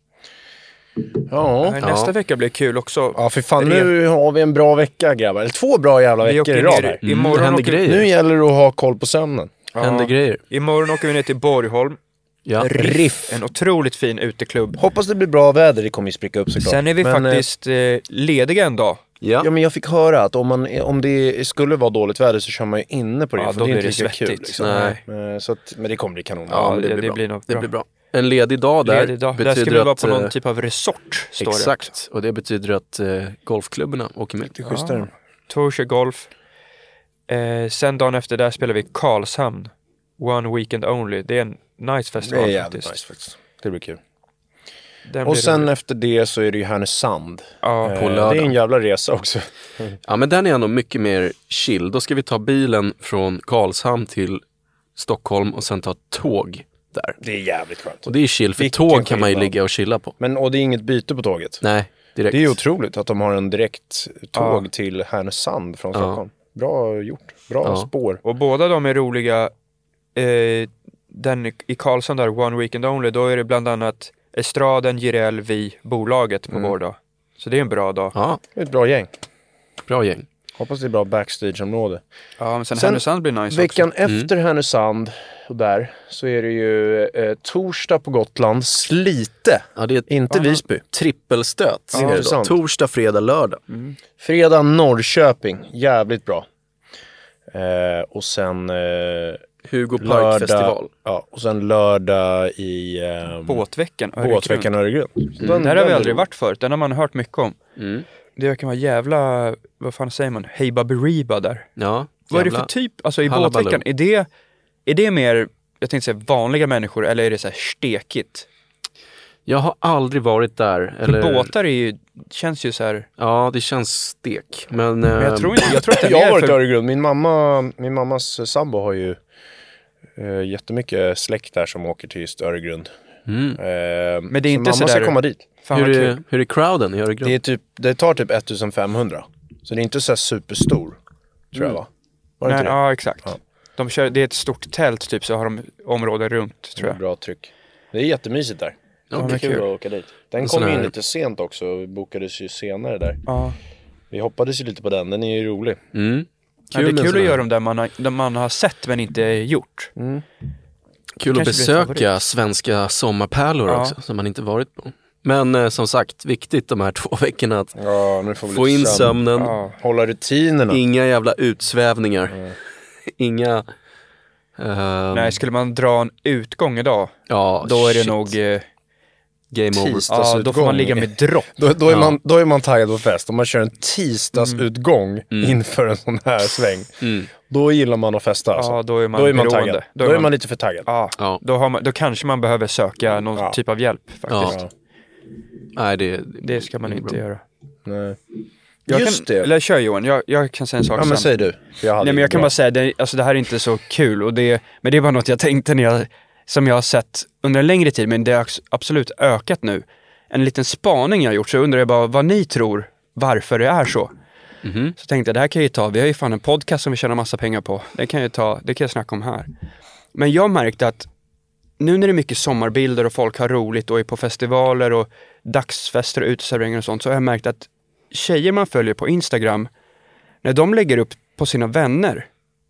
Speaker 2: Ja.
Speaker 4: Nej, Nästa
Speaker 3: Ja.
Speaker 4: vecka blir kul också.
Speaker 2: Ja, för fan, nu har vi en bra vecka grabbar. Eller två bra jävla
Speaker 4: Vi
Speaker 2: veckor
Speaker 4: åker
Speaker 2: i rad
Speaker 4: ner
Speaker 2: här.
Speaker 3: Mm,
Speaker 4: imorgon.
Speaker 3: det händer
Speaker 4: åker,
Speaker 3: grejer.
Speaker 2: Nu gäller det att ha koll på sömnen.
Speaker 4: Ja.
Speaker 3: Händer grejer.
Speaker 4: Imorgon åker vi ner till Borgholm.
Speaker 3: Ja.
Speaker 2: Riff.
Speaker 4: En otroligt fin uteklubb.
Speaker 2: Hoppas det blir bra väder, det kommer ju spricka upp såklart.
Speaker 4: Sen är vi
Speaker 2: Men, eh,
Speaker 4: faktiskt eh, lediga en dag.
Speaker 3: Ja.
Speaker 2: Ja, men jag fick höra att om, man, om det skulle vara dåligt väder så kör man ju inne på det.
Speaker 4: Ja,
Speaker 2: för
Speaker 4: då
Speaker 2: det är
Speaker 4: blir
Speaker 2: inte
Speaker 4: det
Speaker 2: lika kul.
Speaker 4: svettigt.
Speaker 2: Liksom.
Speaker 3: Nej.
Speaker 2: Eh, Så att, men det kommer bli kanon.
Speaker 4: Ja,
Speaker 3: men
Speaker 4: det,
Speaker 3: det
Speaker 4: det
Speaker 3: blir
Speaker 4: blir,
Speaker 3: bra.
Speaker 4: nog
Speaker 3: Det
Speaker 4: bra.
Speaker 3: blir bra. En ledig dag där
Speaker 4: Ledig dag. Där ska vi vara på
Speaker 3: eh,
Speaker 4: någon typ av resort, står det.
Speaker 3: exakt, och det betyder att eh, golfklubborna åker med.
Speaker 2: Det är schysstare.
Speaker 4: Torsha Golf. Eh, sen dagen efter där spelar vi Karlshamn. One weekend only. Det är en nice
Speaker 2: Det
Speaker 4: festival
Speaker 2: är jävligt
Speaker 4: faktiskt.
Speaker 2: nice faktiskt. Det blir kul. Och sen roligt. Efter det så är det ju Härnösand.
Speaker 4: Ja,
Speaker 2: på lördag. Det är en jävla resa också.
Speaker 3: Mm. Ja, men den är ändå mycket mer chill. Då ska vi ta bilen från Karlshamn till Stockholm och sen ta tåg där.
Speaker 2: Det är jävligt skönt.
Speaker 3: Och det är chill, för Vilken tåg kan man ju ligga och chilla på.
Speaker 2: Men, och det är inget byte på tåget?
Speaker 3: Nej, direkt.
Speaker 2: Det är ju otroligt att de har en direkt tåg ja. till Härnösand från Stockholm. Ja. Bra gjort. Bra ja. spår.
Speaker 4: Och båda de är roliga. Eh, den i Karlshamn där, One Weekend Only, då är det bland annat Estraden, Jireel, vi, bolaget på mm. vår dag. Så det är en bra dag.
Speaker 3: Ja,
Speaker 2: det är ett bra gäng.
Speaker 3: Bra gäng.
Speaker 2: Hoppas det är bra backstageområde.
Speaker 4: Ja, men sen, sen Härnösand blir nice
Speaker 2: veckan
Speaker 4: också.
Speaker 2: efter mm. Härnösand och där så är det ju eh, torsdag på Gotland, Slite.
Speaker 3: Ja, det är
Speaker 2: inte
Speaker 3: aha.
Speaker 2: Visby.
Speaker 3: Trippelstöt. Ja, det då. Torsdag, fredag, lördag.
Speaker 2: Mm. Fredag Norrköping, jävligt bra. Eh, och sen eh,
Speaker 3: Hugo Park festival.
Speaker 2: Ja, och sen lördag i eh,
Speaker 4: Båtveckan
Speaker 2: Öregrund. Båtveckan Öregrund.
Speaker 4: Mm. Den, där har vi aldrig varit förut. Den har man hört mycket om. Mm. Det kan vara jävla, vad fan säger man? Hey Baberiba där.
Speaker 3: Ja.
Speaker 4: Vad är det för typ, alltså i båtveckan, är det, är det mer, jag tänkte säga vanliga människor, eller är det så här stekigt?
Speaker 3: Jag har aldrig varit där. Eller...
Speaker 4: För båtar är ju, känns ju så här.
Speaker 3: Ja, det känns stek. Men,
Speaker 4: men jag tror inte, jag tror att det är
Speaker 2: jag har varit
Speaker 4: för...
Speaker 2: i Öregrund. Min mamma, min mammas sambo har ju uh, jättemycket släkt där som åker till just Öregrund.
Speaker 3: Mm.
Speaker 2: Uh,
Speaker 4: men det är inte
Speaker 2: så mamma
Speaker 4: så där...
Speaker 2: ska komma dit.
Speaker 3: Hur är, hur är crowden i Öregrund?
Speaker 2: Det, är typ, det tar typ ettusenfemhundra. Så det är inte så här superstor, tror jag va? Var det
Speaker 4: Nej,
Speaker 2: inte det?
Speaker 4: Ja, exakt. Ja. De kör, det är ett stort tält typ, så har de områden runt, tror jag.
Speaker 2: Bra tryck. Det är jättemysigt där. Ja, det är kul, kul att åka dit. Den kom in lite sent också, bokades ju senare där.
Speaker 4: Ja.
Speaker 2: Vi hoppades ju lite på den, den är ju rolig.
Speaker 3: Mm.
Speaker 4: Kul, ja, det är kul att göra dem där man har, där man har sett men inte gjort.
Speaker 2: Mm.
Speaker 3: Kul att besöka svenska sommarpärlor ja. också, som man inte varit på. Men eh, som sagt, viktigt de här två veckorna att
Speaker 2: ja, nu får vi
Speaker 3: få in sömn. sömnen.
Speaker 2: Ja. Hålla rutinerna.
Speaker 3: Inga jävla utsvävningar. Mm. Inga... Uh...
Speaker 4: Nej, skulle man dra en utgång idag,
Speaker 3: ja,
Speaker 4: då är det
Speaker 3: shit.
Speaker 4: nog... Eh...
Speaker 3: Game over.
Speaker 4: Ja, då får man ligga med dropp.
Speaker 2: Då, då, är, ja. man, då är man taggad på fest. Om man kör en tisdagsutgång mm. inför en sån här sväng.
Speaker 3: Mm.
Speaker 2: Då gillar man att festa. Alltså.
Speaker 4: Ja, då är man,
Speaker 2: då är man taggad.
Speaker 4: Då,
Speaker 2: då är
Speaker 4: är
Speaker 2: man,
Speaker 4: man
Speaker 2: lite för taggad.
Speaker 4: Ja, ja. Då, har man, då kanske man behöver söka någon ja. typ av hjälp faktiskt.
Speaker 3: Ja. Nej, det,
Speaker 4: det ska man inte bra. göra.
Speaker 2: Nej.
Speaker 4: Jag
Speaker 2: Just
Speaker 4: kan,
Speaker 2: det.
Speaker 4: Eller kör Johan, jag, jag kan säga en sak
Speaker 2: ja,
Speaker 4: sen.
Speaker 2: men säg du.
Speaker 4: Jag Nej, men jag kan bra. bara säga, det, alltså, det här är inte så kul. Och det, men det är bara något jag tänkte när jag, som jag har sett under en längre tid, men det har absolut ökat nu. En liten spaning jag har gjort, så undrar jag bara vad ni tror varför det är så. Mm-hmm. Så tänkte jag, det här kan jag ju ta, vi har ju fan en podcast som vi tjänar massa pengar på. Det kan jag ta, det kan jag snacka om här. Men jag märkte att nu när det är mycket sommarbilder och folk har roligt och är på festivaler och dagsfester och uteserveringar och sånt, så har jag märkt att tjejer man följer på Instagram, när de lägger upp på sina vänner,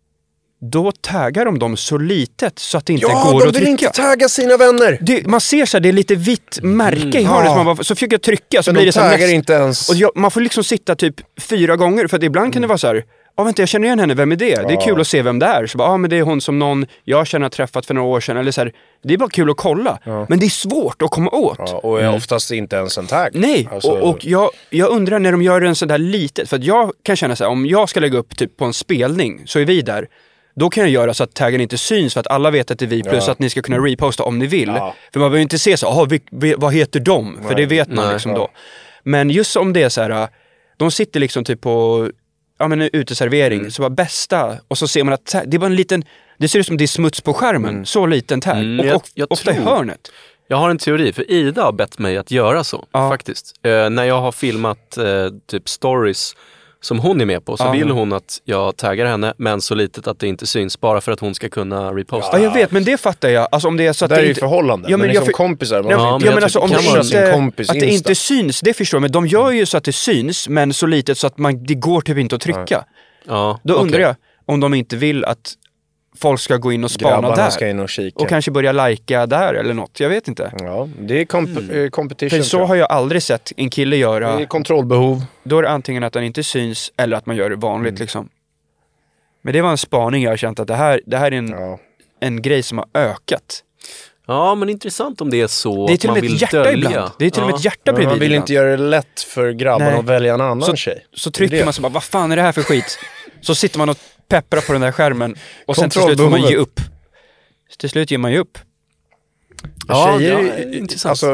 Speaker 4: då taggar de dem så litet så att det inte
Speaker 2: ja,
Speaker 4: går att trycka. Ja, de vill
Speaker 2: inte tagga sina vänner.
Speaker 4: Det, man ser så här, det är lite vitt märke mm. i hörnet. Ja. Man bara, så försöker jag trycka så
Speaker 2: men
Speaker 4: blir
Speaker 2: de
Speaker 4: det så här
Speaker 2: taggar
Speaker 4: näst,
Speaker 2: inte ens.
Speaker 4: Och jag, man får liksom sitta typ fyra gånger, för att ibland mm. kan det vara så här, ja vänta, jag känner igen henne, vem är det? Ja. Det är kul att se vem det är. Så bara, ja men det är hon som någon jag känner har träffat för några år sedan. Eller så här, det är bara kul att kolla. Ja. Men det är svårt att komma åt.
Speaker 2: Ja, och är mm. oftast inte ens en tagg.
Speaker 4: Nej, alltså... och, och jag, jag undrar när de gör en sån där litet, för att jag kan känna så här, om jag ska lägga upp typ på en spelning, så är vi där. Då kan jag göra så att taggen inte syns, för att alla vet att det är vi, plus ja. att ni ska kunna reposta om ni vill. Ja. För man behöver inte se så, aha, vi, vi, vad heter de? Nej. För det vet man Nej, liksom ja. då. Men just om det är så här, de sitter liksom typ på ja, men en uteservering, mm. så bara bästa, och så ser man att det är bara en liten, det ser ut som det är smuts på skärmen, mm. så liten tagg. Mm, och,
Speaker 3: jag,
Speaker 4: och
Speaker 3: jag
Speaker 4: ofta
Speaker 3: tror,
Speaker 4: i hörnet.
Speaker 3: Jag har en teori, för Ida har bett mig att göra så, ja. faktiskt. Eh, när jag har filmat eh, typ stories som hon är med på, så ja. vill hon att jag taggar henne, men så litet att det inte syns, bara för att hon ska kunna reposta.
Speaker 4: Ja, jag vet, men det fattar jag. Alltså om det är så att
Speaker 2: det, det är
Speaker 4: inte...
Speaker 2: ju förhållande. Ja, men, men jag som för... kompisar. Man...
Speaker 4: Ja, men, ja, men, ja, men alltså om det inte,
Speaker 2: kompis
Speaker 4: att det inte syns, det förstår jag. Men de gör ju så att det syns, men så litet så att man, det går typ inte att trycka. Ja.
Speaker 3: Ja,
Speaker 4: Då
Speaker 3: okay.
Speaker 4: undrar jag om de inte vill att folk ska gå in och spana
Speaker 2: Grabbarna
Speaker 4: där.
Speaker 2: Ska in och kika.
Speaker 4: Och kanske börja lajka där eller något. Jag vet inte.
Speaker 2: Ja, det är komp- mm. competition.
Speaker 4: För så har jag aldrig sett en kille göra.
Speaker 2: Det är kontrollbehov.
Speaker 4: Då är det antingen att den inte syns eller att man gör det vanligt mm. liksom. Men det var en spaning jag har känt att det här, det här är en, ja. en grej som har ökat.
Speaker 3: Ja, men intressant om det är så.
Speaker 4: Det är till och med ett hjärta
Speaker 3: dölja.
Speaker 4: ibland. Det är till och med
Speaker 3: ja.
Speaker 4: ett hjärta bredvid.
Speaker 2: Man vill inte göra det lätt för grabbarna att välja en annan
Speaker 4: så,
Speaker 2: tjej.
Speaker 4: Så trycker man så bara, vad fan är det här för skit? Så sitter man och pepprar på den där skärmen. Och sen till slut får man ge upp. Till slut ger man ju upp.
Speaker 2: Ja, tjejer, ja, intressant. Alltså,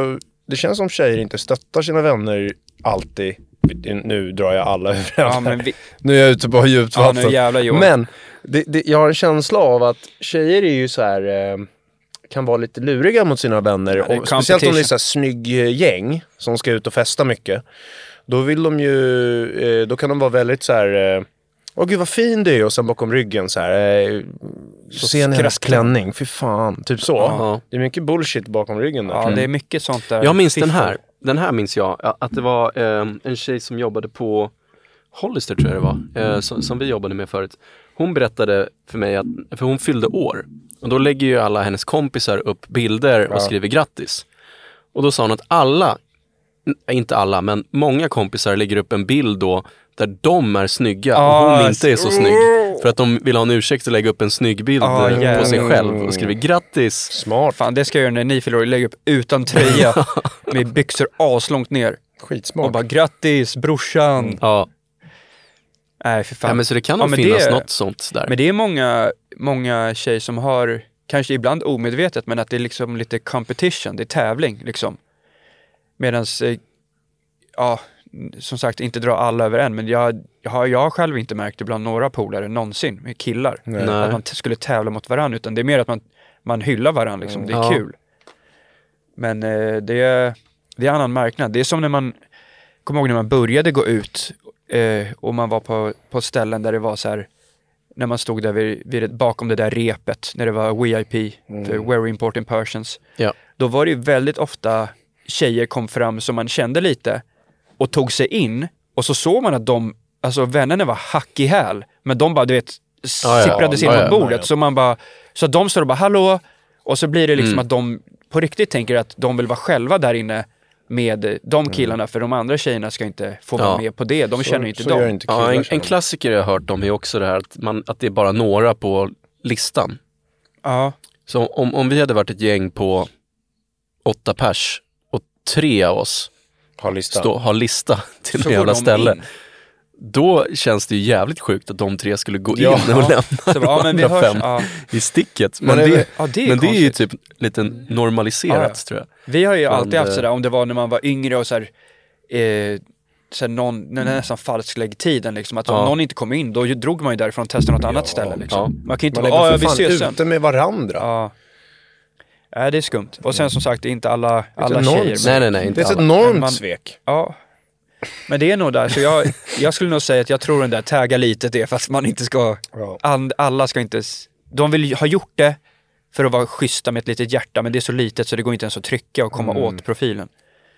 Speaker 2: det känns som tjejer inte stöttar sina vänner alltid. Nu drar jag alla över
Speaker 4: ja, men vi...
Speaker 2: Nu är jag ute på djupt vatten.
Speaker 4: Ja, nu jävla Johan.
Speaker 2: Men det, det, jag har en känsla av att tjejer är ju så här... Eh, kan vara lite luriga mot sina vänner. Ja, och speciellt om det är så här snygg gäng som ska ut och festa mycket. Då vill de ju... Eh, då kan de vara väldigt så här... Eh, åh gud vad fin du är. Och sen bakom ryggen så här... Eh, så ser ni hennes klänning. Fy fan. Typ så. Ja. Det är mycket bullshit bakom ryggen där.
Speaker 4: Ja, det är mycket sånt där.
Speaker 3: Jag minns den här. Den här minns jag. Att det var eh, en tjej som jobbade på Hollister tror jag det var. Eh, som, som vi jobbade med förut. Hon berättade för mig att... För hon fyllde år. Och då lägger ju alla hennes kompisar upp bilder och ja. skriver grattis. Och då sa hon att alla, inte alla, men många kompisar lägger upp en bild då där de är snygga ah, och hon inte är så snygg. För att de vill ha en ursäkt att lägga upp en snygg bild ah, yeah. på sig själv och skriver grattis.
Speaker 4: Smart. Fan, det ska jag göra när ni fyller år. Lägga upp utan tröja med byxor aslångt ner.
Speaker 2: Skitsmart.
Speaker 4: Och bara grattis brorsan.
Speaker 3: Mm. Ja.
Speaker 4: Nej, för fan.
Speaker 3: Ja, men så det kan nog ja, finnas det, något sånt där. Men
Speaker 4: det är många, många tjejer som har, kanske ibland omedvetet, men att det är liksom lite competition, det är tävling liksom. Medans, ja, som sagt, inte dra alla över en, men jag, jag, har, jag har själv inte märkt det bland några polare någonsin med killar. Nej. Att man t- skulle tävla mot varandra, utan det är mer att man, man hyllar varandra liksom, mm. det är ja. kul. Men eh, det, är, det är annan marknad. Det är som när man, kommer ihåg när man började gå ut Eh, och man var på, på ställen där det var så här, när man stod där vid, vid, bakom det där repet, när det var V I P, mm. för Very Important Persons.
Speaker 3: Ja.
Speaker 4: Då var det ju väldigt ofta tjejer kom fram som man kände lite och tog sig in, och så såg man att de, alltså vännerna var hack i häl, men de bara, du vet, sipprades in
Speaker 3: ah, ja,
Speaker 4: på bordet,
Speaker 3: ah, ja.
Speaker 4: så man bara, så de står och bara, hallå, och så blir det liksom
Speaker 3: mm.
Speaker 4: att de på riktigt tänker att de vill vara själva där inne med de killarna, mm. för de andra tjejerna ska inte få vara ja. med på det. De så, känner inte dem.
Speaker 2: Inte
Speaker 3: ja, en, en klassiker jag har hört om är också det här att, man, att det är bara några på listan.
Speaker 4: Ja.
Speaker 3: Så om, om vi hade varit ett gäng på åtta pers och tre av oss
Speaker 2: har lista,
Speaker 3: stå, har lista till så det jävla ställe. In. Då känns det ju jävligt sjukt att de tre skulle gå ja. in och lämna
Speaker 4: så, ja, men vi hörs, ja.
Speaker 3: i sticket. Men, men, det, ja, det, är men det är ju typ lite normaliserat, ja, ja. tror jag.
Speaker 4: Vi har ju men, alltid haft sådär, om det var när man var yngre och såhär, eh, såhär någon, när nästan falskläggtiden liksom, att om ja. någon inte kom in, då drog man ju därifrån och testade något ja. annat ställe liksom. Ja. Man kan inte
Speaker 2: man
Speaker 4: vara,
Speaker 2: ja, vi ses ute med varandra.
Speaker 4: Ja. Ja, det är skumt. Och sen som sagt, det är inte alla, alla tjejer.
Speaker 3: Nej, nej, nej.
Speaker 2: Inte det är ett enormt man, svek.
Speaker 4: Ja. Men det är nog där, så jag, jag skulle nog säga att jag tror den där tagga lite det, fast man inte ska, all, alla ska inte, de vill ha gjort det för att vara schyssta med ett litet hjärta, men det är så litet så det går inte ens att trycka och komma mm. åt profilen.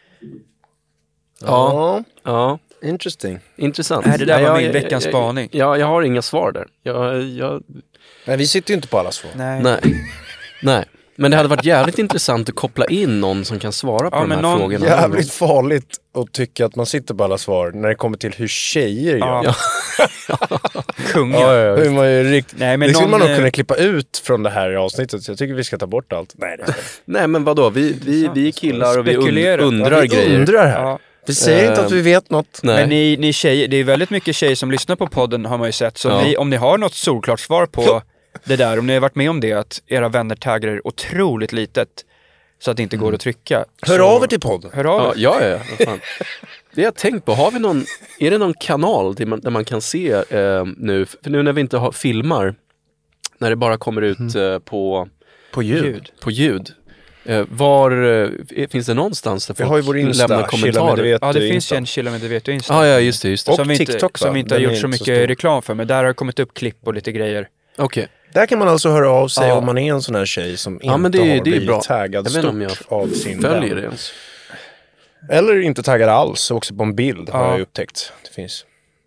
Speaker 3: Ja, ja.
Speaker 2: Interesting.
Speaker 3: Intressant.
Speaker 4: Nej, det där
Speaker 3: ja,
Speaker 4: var
Speaker 3: jag,
Speaker 4: min veckans
Speaker 3: jag,
Speaker 4: spaning.
Speaker 3: Ja, jag har inga svar där. Jag, jag...
Speaker 2: Nej, vi sitter ju inte på alla svar.
Speaker 4: Nej.
Speaker 3: Nej. Nej. Men det hade varit jävligt intressant att koppla in någon som kan svara på ja, de här någon... frågorna.
Speaker 2: Jävligt farligt att tycka att man sitter på alla svar när det kommer till hur tjejer gör.
Speaker 3: Ja.
Speaker 4: Kungar.
Speaker 2: Ja, ja, hur man ju rikt...
Speaker 4: Nej, men
Speaker 2: det skulle
Speaker 4: någon...
Speaker 2: man nog kunna klippa ut från det här avsnittet. Så jag tycker vi ska ta bort allt. Nej, det
Speaker 3: Nej men vadå? Vi, vi, vi är killar och vi undrar
Speaker 2: ja, vi
Speaker 3: grejer.
Speaker 2: undrar här. Ja. Vi säger uh, inte att vi vet något.
Speaker 4: Nej. Men ni, ni tjejer, det är väldigt mycket tjejer som lyssnar på podden, har man ju sett. Så ja. ni, om ni har något solklart svar på det där, om ni har varit med om det, att era vänner taggar er otroligt litet så att det inte går att trycka.
Speaker 2: Hör
Speaker 4: så...
Speaker 2: av er till podden.
Speaker 4: Hör av er.
Speaker 3: Ja, ja, ja. Vad fan. Det jag tänkt på, har vi någon, är det någon kanal där man, där man kan se eh, nu, för nu när vi inte har filmar, när det bara kommer ut mm. eh, på,
Speaker 2: på ljud.
Speaker 3: På ljud. Eh, var, eh, finns det någonstans där folk
Speaker 2: har ju vår Insta,
Speaker 3: lämnar kommentarer?
Speaker 4: Vet ja, det finns
Speaker 2: Insta.
Speaker 4: ju en Kilometer vet du Insta.
Speaker 3: Ah, ja, just det, just det.
Speaker 2: Och
Speaker 4: som vi inte,
Speaker 2: TikTok,
Speaker 4: som vi inte har gjort så mycket så reklam för, men där har det kommit upp klipp och lite grejer.
Speaker 3: Okej. Okay.
Speaker 2: Där kan man alltså höra av sig ja. om man är en sån här tjej som inte
Speaker 3: ja, men det,
Speaker 2: har
Speaker 3: det
Speaker 2: blivit
Speaker 3: bra.
Speaker 2: taggad stort om jag av sin
Speaker 3: följer det ens.
Speaker 2: Eller inte taggad alls, också på en bild ja. har jag upptäckt. Det finns.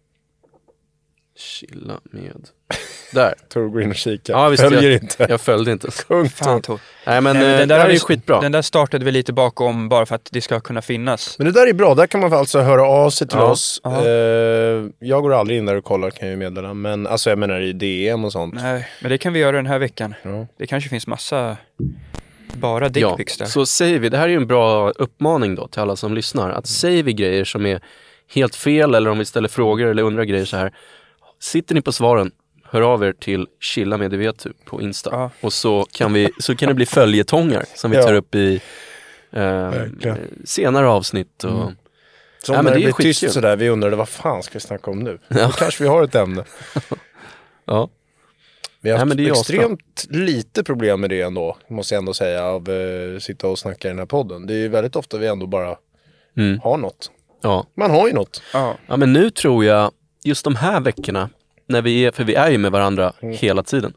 Speaker 3: Chilla med. Där.
Speaker 2: Tor går in och kika.
Speaker 3: Ja, visst,
Speaker 2: följer
Speaker 3: jag,
Speaker 2: inte.
Speaker 3: Jag följde inte.
Speaker 4: Fan, Tor.
Speaker 3: Nej, men, Nej, men
Speaker 4: den
Speaker 3: där
Speaker 4: där
Speaker 3: är ju skitbra.
Speaker 4: Den där startade vi lite bakom bara för att det ska kunna finnas.
Speaker 2: Men det där är bra. Där kan man alltså höra av sig till
Speaker 3: ja.
Speaker 2: oss. Uh, jag går aldrig in där och kollar, kan jag meddela. Men alltså jag menar i D M och sånt.
Speaker 4: Nej, men det kan vi göra den här veckan.
Speaker 2: Ja.
Speaker 4: Det kanske finns massa bara dickpics
Speaker 3: ja.
Speaker 4: där.
Speaker 3: Så säger vi, det här är ju en bra uppmaning då till alla som lyssnar. Att säger vi grejer som är helt fel, eller om vi ställer frågor eller undrar grejer så här. Sitter ni på svaren, hör av er till Chilla med det vet du på Insta. Ja. Och så kan, vi, så kan det bli följetongar som vi tar upp i Eh, senare avsnitt och... Mm.
Speaker 2: Så ja, när det, det blir tyst sådär, vi undrade vad fan ska vi snacka om nu? Ja. Då kanske vi har ett ämne.
Speaker 3: Ja.
Speaker 2: Vi har haft ja, extremt lite problem med det ändå, måste jag ändå säga, av uh, sitta och snacka i den här podden. Det är ju väldigt ofta vi ändå bara mm. har något.
Speaker 3: Ja.
Speaker 2: Man har ju något.
Speaker 3: Ja. ja, men nu tror jag, just de här veckorna, när vi är, för vi är ju med varandra mm. hela tiden.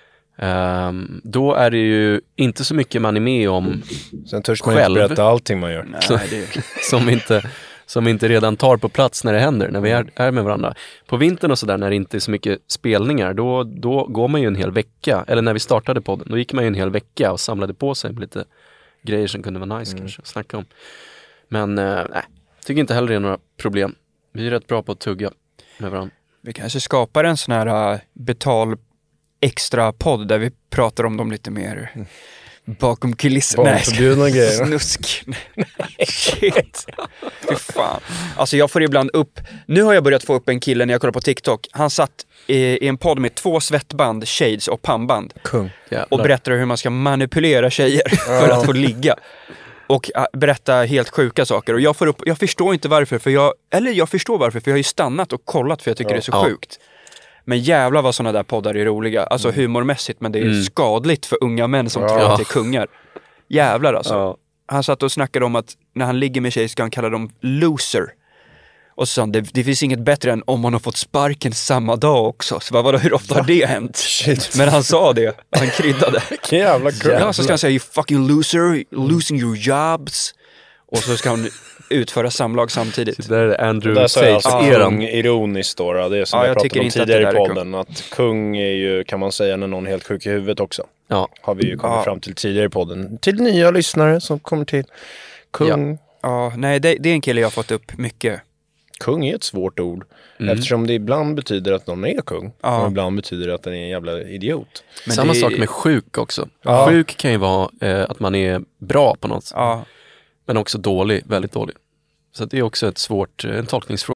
Speaker 3: Um, då är det ju inte så mycket man är med om.
Speaker 2: Sen törs man själv, inte berätta allting man gör.
Speaker 3: Nej, det... som, inte, som inte redan tar på plats när det händer, när vi är, är med varandra. På vintern och sådär, när det inte är så mycket spelningar, då, då går man ju en hel vecka. Eller när vi startade podden, då gick man ju en hel vecka och samlade på sig med lite grejer som kunde vara nice mm. kanske att snacka om. Men uh, nej, tycker inte heller det är några problem. Vi är rätt bra på att tugga med varandra.
Speaker 4: Vi kanske skapar en sån här uh, betal extra podd där vi pratar om dem lite mer mm. bakom kulisserna.
Speaker 2: Nej, förbjudna grejer.
Speaker 4: Snusk. Shit. Fy fan. Alltså jag får ibland upp, nu har jag börjat få upp en kille när jag kollar på TikTok. Han satt i, i en podd med två svettband, shades och pannband.
Speaker 2: Kung.
Speaker 4: Och berättar hur man ska manipulera tjejer för att få ligga. Och äh, berätta helt sjuka saker. Och jag får upp, jag förstår inte varför, för jag, eller jag förstår varför, för jag har ju stannat och kollat för jag tycker ja. det är så ja. sjukt. Men jävlar vad sådana där poddar är roliga. Alltså mm. humormässigt, men det är mm. skadligt för unga män som ja. tror att det är kungar. Jävlar alltså. Ja. Han satt och snackade om att när han ligger med tjej ska han kalla dem loser. Och så sa han, det, det finns inget bättre än om man har fått sparken samma dag också. Så vad var det, hur ofta har det hänt? Shit. Men han sa det, han kryddade.
Speaker 2: Vilken jävla kul.
Speaker 4: Ja, så ska han säga, you fucking loser, losing your jobs. Och så ska han utföra samlag samtidigt.
Speaker 3: Så där är Andrew
Speaker 2: Tate. Där alltså kung ironiskt då, det är som ja, jag, jag pratade om tidigare i podden. Att, att kung är ju, kan man säga, när någon är helt sjuk i huvudet också. Ja. Har vi ju kommit ja. fram till tidigare i podden. Till nya lyssnare som kommer till. Kung.
Speaker 4: Ja, ja nej, det, det är en kille jag har fått upp mycket.
Speaker 2: Kung är ett svårt ord. Mm. Eftersom det ibland betyder att någon är kung. Ja. Och ibland betyder det att den är en jävla idiot.
Speaker 3: Men Samma det... sak med sjuk också. Ja. Sjuk kan ju vara eh, att man är bra på något. Ja. Men också dålig, väldigt dålig. Så det är också ett svårt, en tolkningsfråga.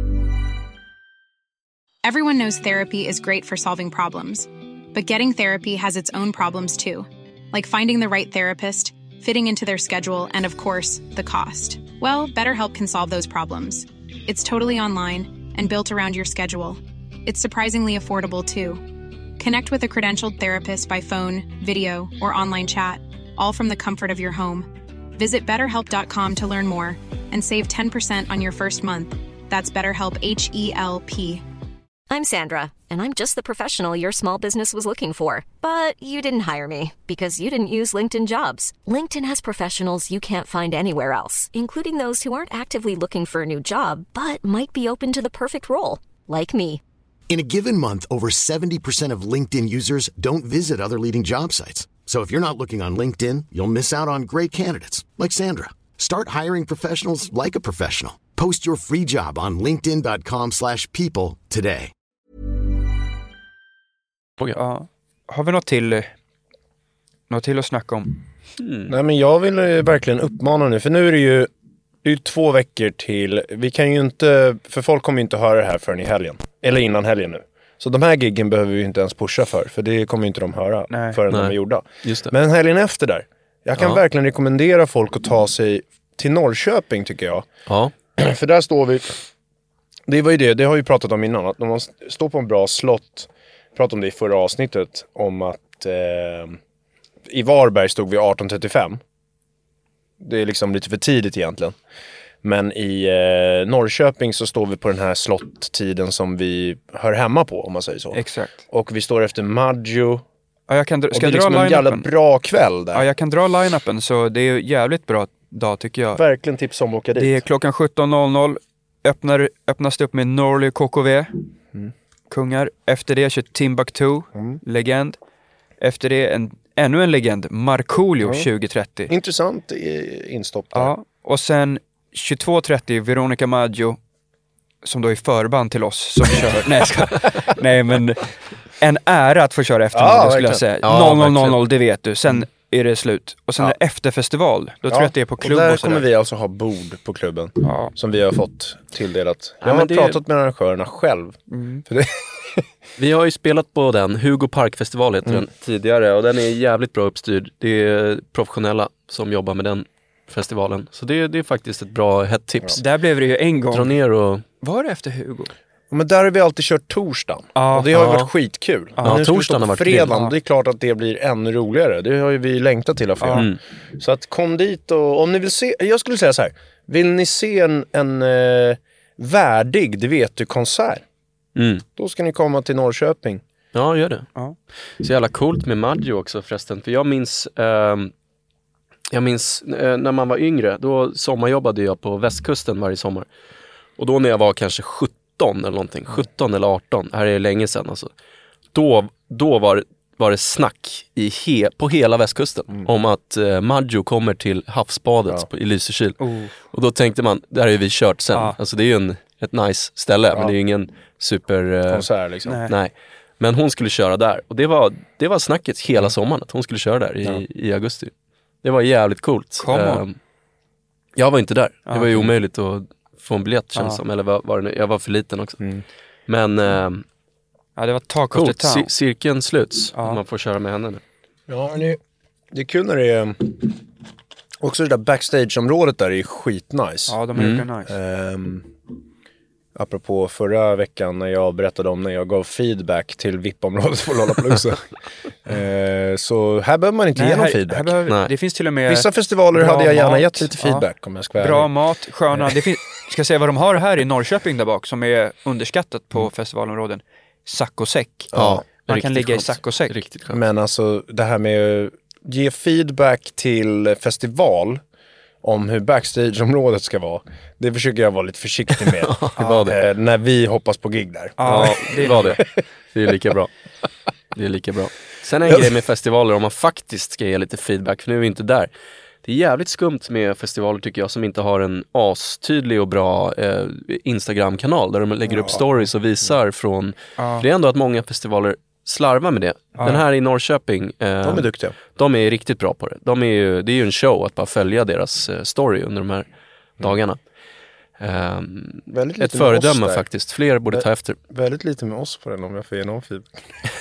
Speaker 5: Everyone knows therapy is great for solving problems. But getting therapy has its own problems too. Like finding the right therapist, fitting into their schedule, and of course, the cost. Well, BetterHelp can solve those problems. It's totally online and built around your schedule. It's surprisingly affordable too. Connect with a credentialed therapist by phone, video, or online chat, all from the comfort of your home. Visit better help dot com to learn more and save ten percent on your first month. That's BetterHelp, H E L P.
Speaker 6: I'm Sandra, and I'm just the professional your small business was looking for. But you didn't hire me because you didn't use LinkedIn Jobs. LinkedIn has professionals you can't find anywhere else, including those who aren't actively looking for a new job, but might be open to the perfect role, like me.
Speaker 7: In a given month, over seventy percent of LinkedIn users don't visit other leading job sites. So if you're not looking on LinkedIn, you'll miss out on great candidates like Sandra. Start hiring professionals like a professional. Post your free job on linkedin dot com slash people today.
Speaker 4: Ja. Har vi något till, något till att snacka om?
Speaker 2: Mm. Nej, men jag vill verkligen uppmana nu, för nu är det ju, det är ju två veckor till. Vi kan ju inte, för folk kommer ju inte höra det här förrän i helgen. Eller innan helgen nu. Så de här giggen behöver vi ju inte ens pusha för. För det kommer ju inte de höra Nej. förrän Nej. de är gjorda. Just det. Men helgen efter där. Jag kan ja. verkligen rekommendera folk att ta sig till Norrköping, tycker jag. Ja. För där står vi. Det var ju det, det har vi pratat om innan. Att man står på en bra slott. Jag pratade om det i förra avsnittet. Om att eh, i Varberg stod vi arton trettiofem. Det är liksom lite för tidigt egentligen. Men i eh, Norrköping så står vi på den här slottiden som vi hör hemma på, om man säger så.
Speaker 4: Exakt.
Speaker 2: Och vi står efter Maggio.
Speaker 4: Ja, jag kan dra, ska
Speaker 2: och det är
Speaker 4: jag
Speaker 2: liksom
Speaker 4: dra
Speaker 2: en jävla bra kväll där.
Speaker 4: Ja, jag kan dra line-upen, så det är jävligt bra dag, tycker jag.
Speaker 2: Verkligen tips om att åka dit.
Speaker 4: Det är klockan sjutton noll noll. Öppnar, öppnas det upp med Norley K K V. Mm. Kungar. Efter det kör Timbuktu. Mm. Legend. Efter det en, ännu en legend. Markoolio mm. tjugo trettio.
Speaker 2: Intressant instopp där.
Speaker 4: Ja, och sen tjugotvå trettio Veronica Maggio, som då är förband till oss som kör. Nej, ska, nej, men en ära att få köra eftermiddag, ja, skulle jag säga. Ja, noll noll noll noll, det vet du. Sen mm. är det slut. Och sen ja. är det efterfestival. Då ja. tror jag att det är på klubb. Och
Speaker 2: där
Speaker 4: och
Speaker 2: kommer vi alltså ha bord på klubben. Ja. Som vi har fått tilldelat. Jag ja, har pratat med arrangörerna själv. Mm. För det...
Speaker 3: Vi har ju spelat på den, Hugo Park-festival heter mm. den tidigare. Och den är jävligt bra uppstyrd. Det är professionella som jobbar med den festivalen. Så det, det är faktiskt ett bra hett tips.
Speaker 4: Ja. Där blev det ju en gång.
Speaker 3: Dra ner och...
Speaker 4: Var det efter Hugo?
Speaker 2: Men där har vi alltid kört torsdagen.
Speaker 4: Ja,
Speaker 2: och det har ju
Speaker 3: ja.
Speaker 2: varit skitkul.
Speaker 3: Ja,
Speaker 2: Men nu
Speaker 3: torsdagen har varit
Speaker 2: fredagen,
Speaker 3: kul.
Speaker 2: det är klart att det blir ännu roligare. Det har ju vi längtat till att få göra.
Speaker 3: Mm.
Speaker 2: Så att kom dit och om ni vill se, jag skulle säga så här. Vill ni se en, en eh, värdig, det vet du, konsert.
Speaker 3: Mm.
Speaker 2: Då ska ni komma till Norrköping.
Speaker 3: Ja, gör det.
Speaker 4: Ja.
Speaker 3: Så jävla coolt med Maggio också förresten. För jag minns, eh, jag minns eh, när man var yngre, då sommarjobbade jag på västkusten varje sommar. Och då när jag var kanske sjutton eller någonting, sjutton eller arton, här är länge sedan alltså. Då, då var, var det snack i he, på hela västkusten mm. om att eh, Maggio kommer till havsbadet ja. på, i Lysekil. Oh. Och då tänkte man, där har ju vi kört sen. Ja. Alltså det är ju en, ett nice ställe, ja. men det är ju ingen super... Eh,
Speaker 2: konsert liksom.
Speaker 3: Nej. nej. Men hon skulle köra där. Och det var, det var snacket hela sommaren, att hon skulle köra där i, ja. i augusti. Det var jävligt coolt. Eh, jag var inte där. Det var ju okay. omöjligt att få en biljett känns ja. som. Eller var, var det nu? Jag var för liten också. Mm. Men eh,
Speaker 4: ja, det var talk
Speaker 3: coolt.
Speaker 4: of the town.
Speaker 3: C- cirkeln sluts. Ja. Om man får köra med henne nu.
Speaker 2: Ja, det, det är kul när det är också det där backstage-området där är skitnice.
Speaker 4: Ja, de är mm. nice.
Speaker 2: Um, apropå förra veckan när jag berättade om när jag gav feedback till V I P-området på Lollapalooza. uh, så här behöver man inte Nej, ge någon
Speaker 4: här,
Speaker 2: feedback.
Speaker 4: Här behöver, det finns till och med
Speaker 2: vissa festivaler hade jag gärna
Speaker 4: mat,
Speaker 2: gett lite feedback
Speaker 4: ja.
Speaker 2: om jag ska vara
Speaker 4: Bra
Speaker 2: ärlig.
Speaker 4: mat, sköna. Det finns, ska jag säga vad de har här i Norrköping där bak som är underskattat på mm. festivalområden. Sack och säck.
Speaker 2: Ja,
Speaker 4: man kan ligga
Speaker 3: skönt.
Speaker 4: i sack och säck.
Speaker 3: Riktigt skönt.
Speaker 2: Men alltså det här med att ge feedback till festival om hur backstageområdet ska vara. Det försöker jag vara lite försiktig med.
Speaker 3: det var det.
Speaker 2: Eh, när vi hoppas på gig där.
Speaker 3: Ja, det var det. Det är lika bra. Det är lika bra. Sen är en grej med festivaler om man faktiskt ska ge lite feedback, för nu är vi inte där. Det är jävligt skumt med festivaler tycker jag som inte har en astydlig och bra eh, Instagram-kanal där de lägger ja. upp stories och visar från... Ja. För det är ändå att många festivaler slarvar med det. Ja. Den här i Norrköping, eh,
Speaker 2: de är duktiga.
Speaker 3: De är riktigt bra på det. De är ju, det är ju en show att bara följa deras eh, story under de här mm. dagarna. Um, ett föredöme faktiskt. Fler borde Vä- ta efter.
Speaker 2: Väldigt lite med oss på den om jag får ge någon feedback.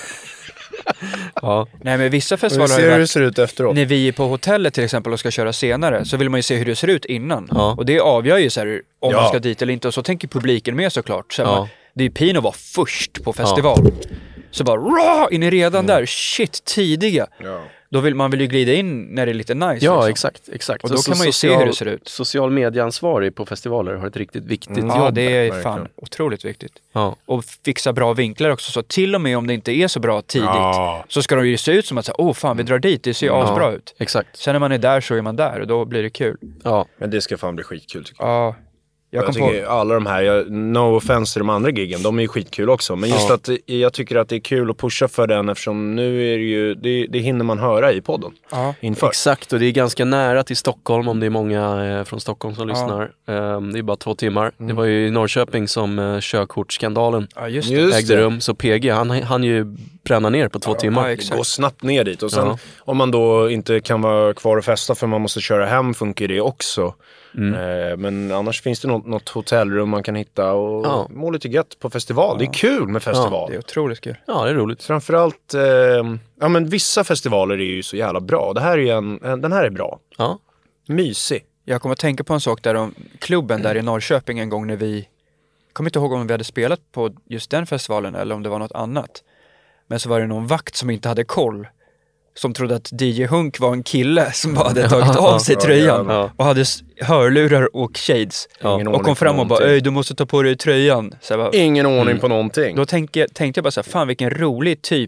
Speaker 4: Ja. Nej, men vissa festivaler
Speaker 2: ser hur det ser ut efteråt.
Speaker 4: När vi är på hotellet till exempel och ska köra senare så vill man ju se hur det ser ut innan. Ja. Och det avgör ju så här om ja. man ska dit eller inte. Och så tänker publiken med såklart. Så ja. man, det är ju pin att vara först på festival. Ja. Så bara, rah, in i redan mm. där. Shit, tidiga. Ja. Då vill man vill ju glida in när det är lite nice.
Speaker 3: Ja,
Speaker 4: liksom.
Speaker 3: exakt, exakt.
Speaker 4: Och då
Speaker 3: så,
Speaker 4: kan man ju
Speaker 3: social,
Speaker 4: se hur det ser ut.
Speaker 3: Social medieansvarig på festivaler har ett riktigt viktigt
Speaker 4: mm.
Speaker 3: jobb.
Speaker 4: Ja, det är
Speaker 2: verkligen.
Speaker 4: fan otroligt viktigt.
Speaker 3: Ja.
Speaker 4: Och fixa bra vinklar också. Så till och med om det inte är så bra tidigt
Speaker 2: ja.
Speaker 4: så ska de ju se ut som att åh oh, fan, vi drar dit, det ser ju mm. asbra ut.
Speaker 3: Exakt.
Speaker 4: Sen när man är där så är man där och då blir det kul.
Speaker 3: Ja.
Speaker 2: Men det ska fan bli skitkul tycker jag.
Speaker 4: Ja.
Speaker 2: Jag, jag tycker på... alla de här, jag, no offense till de andra giggen, de är ju skitkul också. Men just ja. att jag tycker att det är kul att pusha för den eftersom nu är det ju, det, det hinner man höra i podden.
Speaker 4: Ja.
Speaker 2: Inför.
Speaker 3: Exakt, och det är ganska nära till Stockholm om det är många eh, från Stockholm som ja. lyssnar. Um, det är bara två timmar. Mm. Det var ju i Norrköping som eh, körkortsskandalen
Speaker 4: ja, just det.
Speaker 2: Just
Speaker 3: ägde
Speaker 2: det.
Speaker 3: rum. Så P G, han, han ju bränna ner på två ja, timmar.
Speaker 2: Ja, det går snabbt ner dit. Och sen ja. om man då inte kan vara kvar och festa för man måste köra hem funkar det också. Mm. Eh, men annars finns det något, något hotellrum man kan hitta och ja. må lite gött på festival. Ja. Det är kul med festival.
Speaker 4: Ja, det är otroligt kul.
Speaker 3: Ja, det är roligt.
Speaker 2: Framförallt, eh, ja men vissa festivaler är ju så jävla bra. Det här är ju en, en, den här är bra.
Speaker 3: Ja.
Speaker 2: Mysig.
Speaker 4: Jag kommer att tänka på en sak där om klubben där i Norrköping en gång när vi, jag kommer inte ihåg om vi hade spelat på just den festivalen eller om det var något annat. Men så var det någon vakt som inte hade koll. Som trodde att D J Hunk var en kille som bara hade tagit av sig tröjan
Speaker 3: ja, ja.
Speaker 4: och hade hörlurar och shades.
Speaker 2: Ja.
Speaker 4: Och kom fram och bara, öj du måste ta på dig tröjan. Så bara,
Speaker 2: Ingen ordning
Speaker 4: mm.
Speaker 2: på någonting.
Speaker 4: Då tänkte, tänkte jag bara så här, fan vilken rolig typ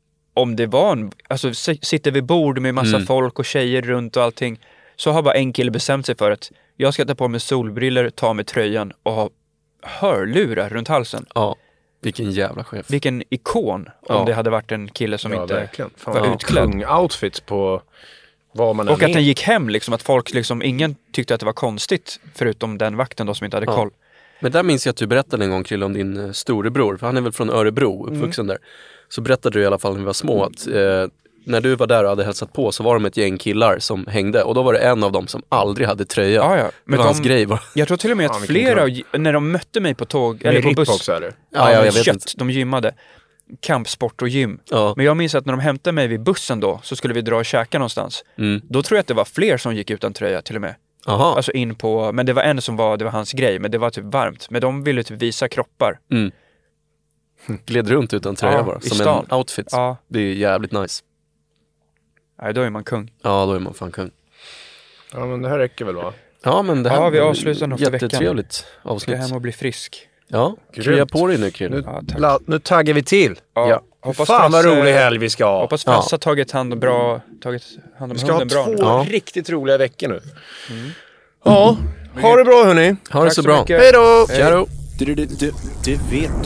Speaker 4: om det var en, alltså sitter vid bord med massa mm. folk och tjejer runt och allting. Så har bara en kille bestämt sig för att jag ska ta på mig solbriller, ta med tröjan och ha hörlurar runt halsen.
Speaker 3: Ja. Vilken jävla chef.
Speaker 4: Vilken ikon om ja. det hade varit en kille som
Speaker 2: ja,
Speaker 4: inte
Speaker 2: verkligen. Fan,
Speaker 4: var
Speaker 2: ja.
Speaker 4: utklädd.
Speaker 2: Kung outfits på vad man
Speaker 4: och att den gick hem liksom, att folk liksom, ingen tyckte att det var konstigt förutom den vakten då som inte hade ja. koll.
Speaker 3: Men där minns jag att du berättade en gång Krille om din uh, storebror, för han är väl från Örebro, uppvuxen mm. där. Så berättade du i alla fall när vi var små att uh, när du var där och hade hälsat på så var de ett gäng killar som hängde. Och då var det en av dem som aldrig hade tröja.
Speaker 4: Ja, ja. Men
Speaker 3: det var
Speaker 4: de,
Speaker 3: hans grej bara.
Speaker 4: Jag tror till och med att ja, flera, när de mötte mig på tåg, eller på buss.
Speaker 2: Också, eller?
Speaker 3: Ja, ja, jag vet
Speaker 4: kött,
Speaker 3: inte.
Speaker 4: de gymmade. kampsport och gym.
Speaker 3: Ja.
Speaker 4: Men jag minns att när de hämtade mig vid bussen då, så skulle vi dra och käka någonstans.
Speaker 3: Mm.
Speaker 4: Då tror jag att det var fler som gick utan tröja till och med.
Speaker 3: Aha.
Speaker 4: Alltså in på, men det var en som var, det var hans grej, men det var typ varmt. Men de ville typ visa kroppar.
Speaker 3: Mm. Gled runt utan tröja
Speaker 4: Ja,
Speaker 3: bara,
Speaker 4: i
Speaker 3: som
Speaker 4: stan.
Speaker 3: en outfit.
Speaker 4: Ja.
Speaker 3: Det är jävligt nice.
Speaker 4: Nej, då är man kung.
Speaker 3: Ja, då är man fan kung.
Speaker 2: Ja, men det här räcker väl, va?
Speaker 3: Ja, men det här
Speaker 4: Ja, vi
Speaker 3: var
Speaker 4: avslutar nog för veckan.
Speaker 3: jättetrevligt
Speaker 4: Ska
Speaker 3: avsnitt.
Speaker 4: hem och bli frisk.
Speaker 3: Ja,
Speaker 2: Grymt.
Speaker 3: krya på dig nu, Krill.
Speaker 2: Nu,
Speaker 4: Ja, tack.
Speaker 2: la, nu taggar vi till.
Speaker 4: Ja,
Speaker 2: Ja.
Speaker 4: hoppas
Speaker 2: Fan vad
Speaker 4: Frasse-
Speaker 2: rolig helg vi ska ha.
Speaker 4: Hoppas Frasse har tagit hand om bra, tagit hand om
Speaker 2: Vi ska ha
Speaker 4: hunden bra.
Speaker 2: två
Speaker 4: nu.
Speaker 3: Ja.
Speaker 2: riktigt roliga veckor nu. Mm. Ja, ha det bra hörni.
Speaker 3: Ha det
Speaker 4: Tack
Speaker 3: så
Speaker 4: så
Speaker 3: bra.
Speaker 4: mycket.
Speaker 2: Hej då!
Speaker 3: Tja då.
Speaker 8: Du, du, du, du vet du.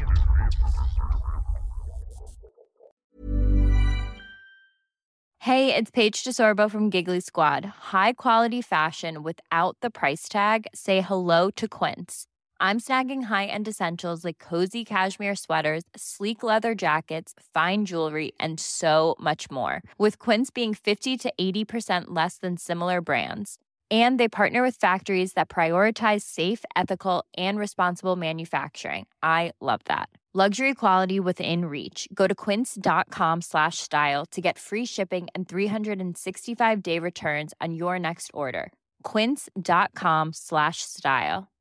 Speaker 9: Hey, it's Paige DeSorbo from Giggly Squad. High quality fashion without the price tag. Say hello to Quince. I'm snagging high-end essentials like cozy cashmere sweaters, sleek leather jackets, fine jewelry, and so much more. With Quince being fifty to eighty percent less than similar brands. And they partner with factories that prioritize safe, ethical, and responsible manufacturing. I love that. Luxury quality within reach. Go to quince.com slash style to get free shipping and three sixty-five day returns on your next order. Quince.com slash style.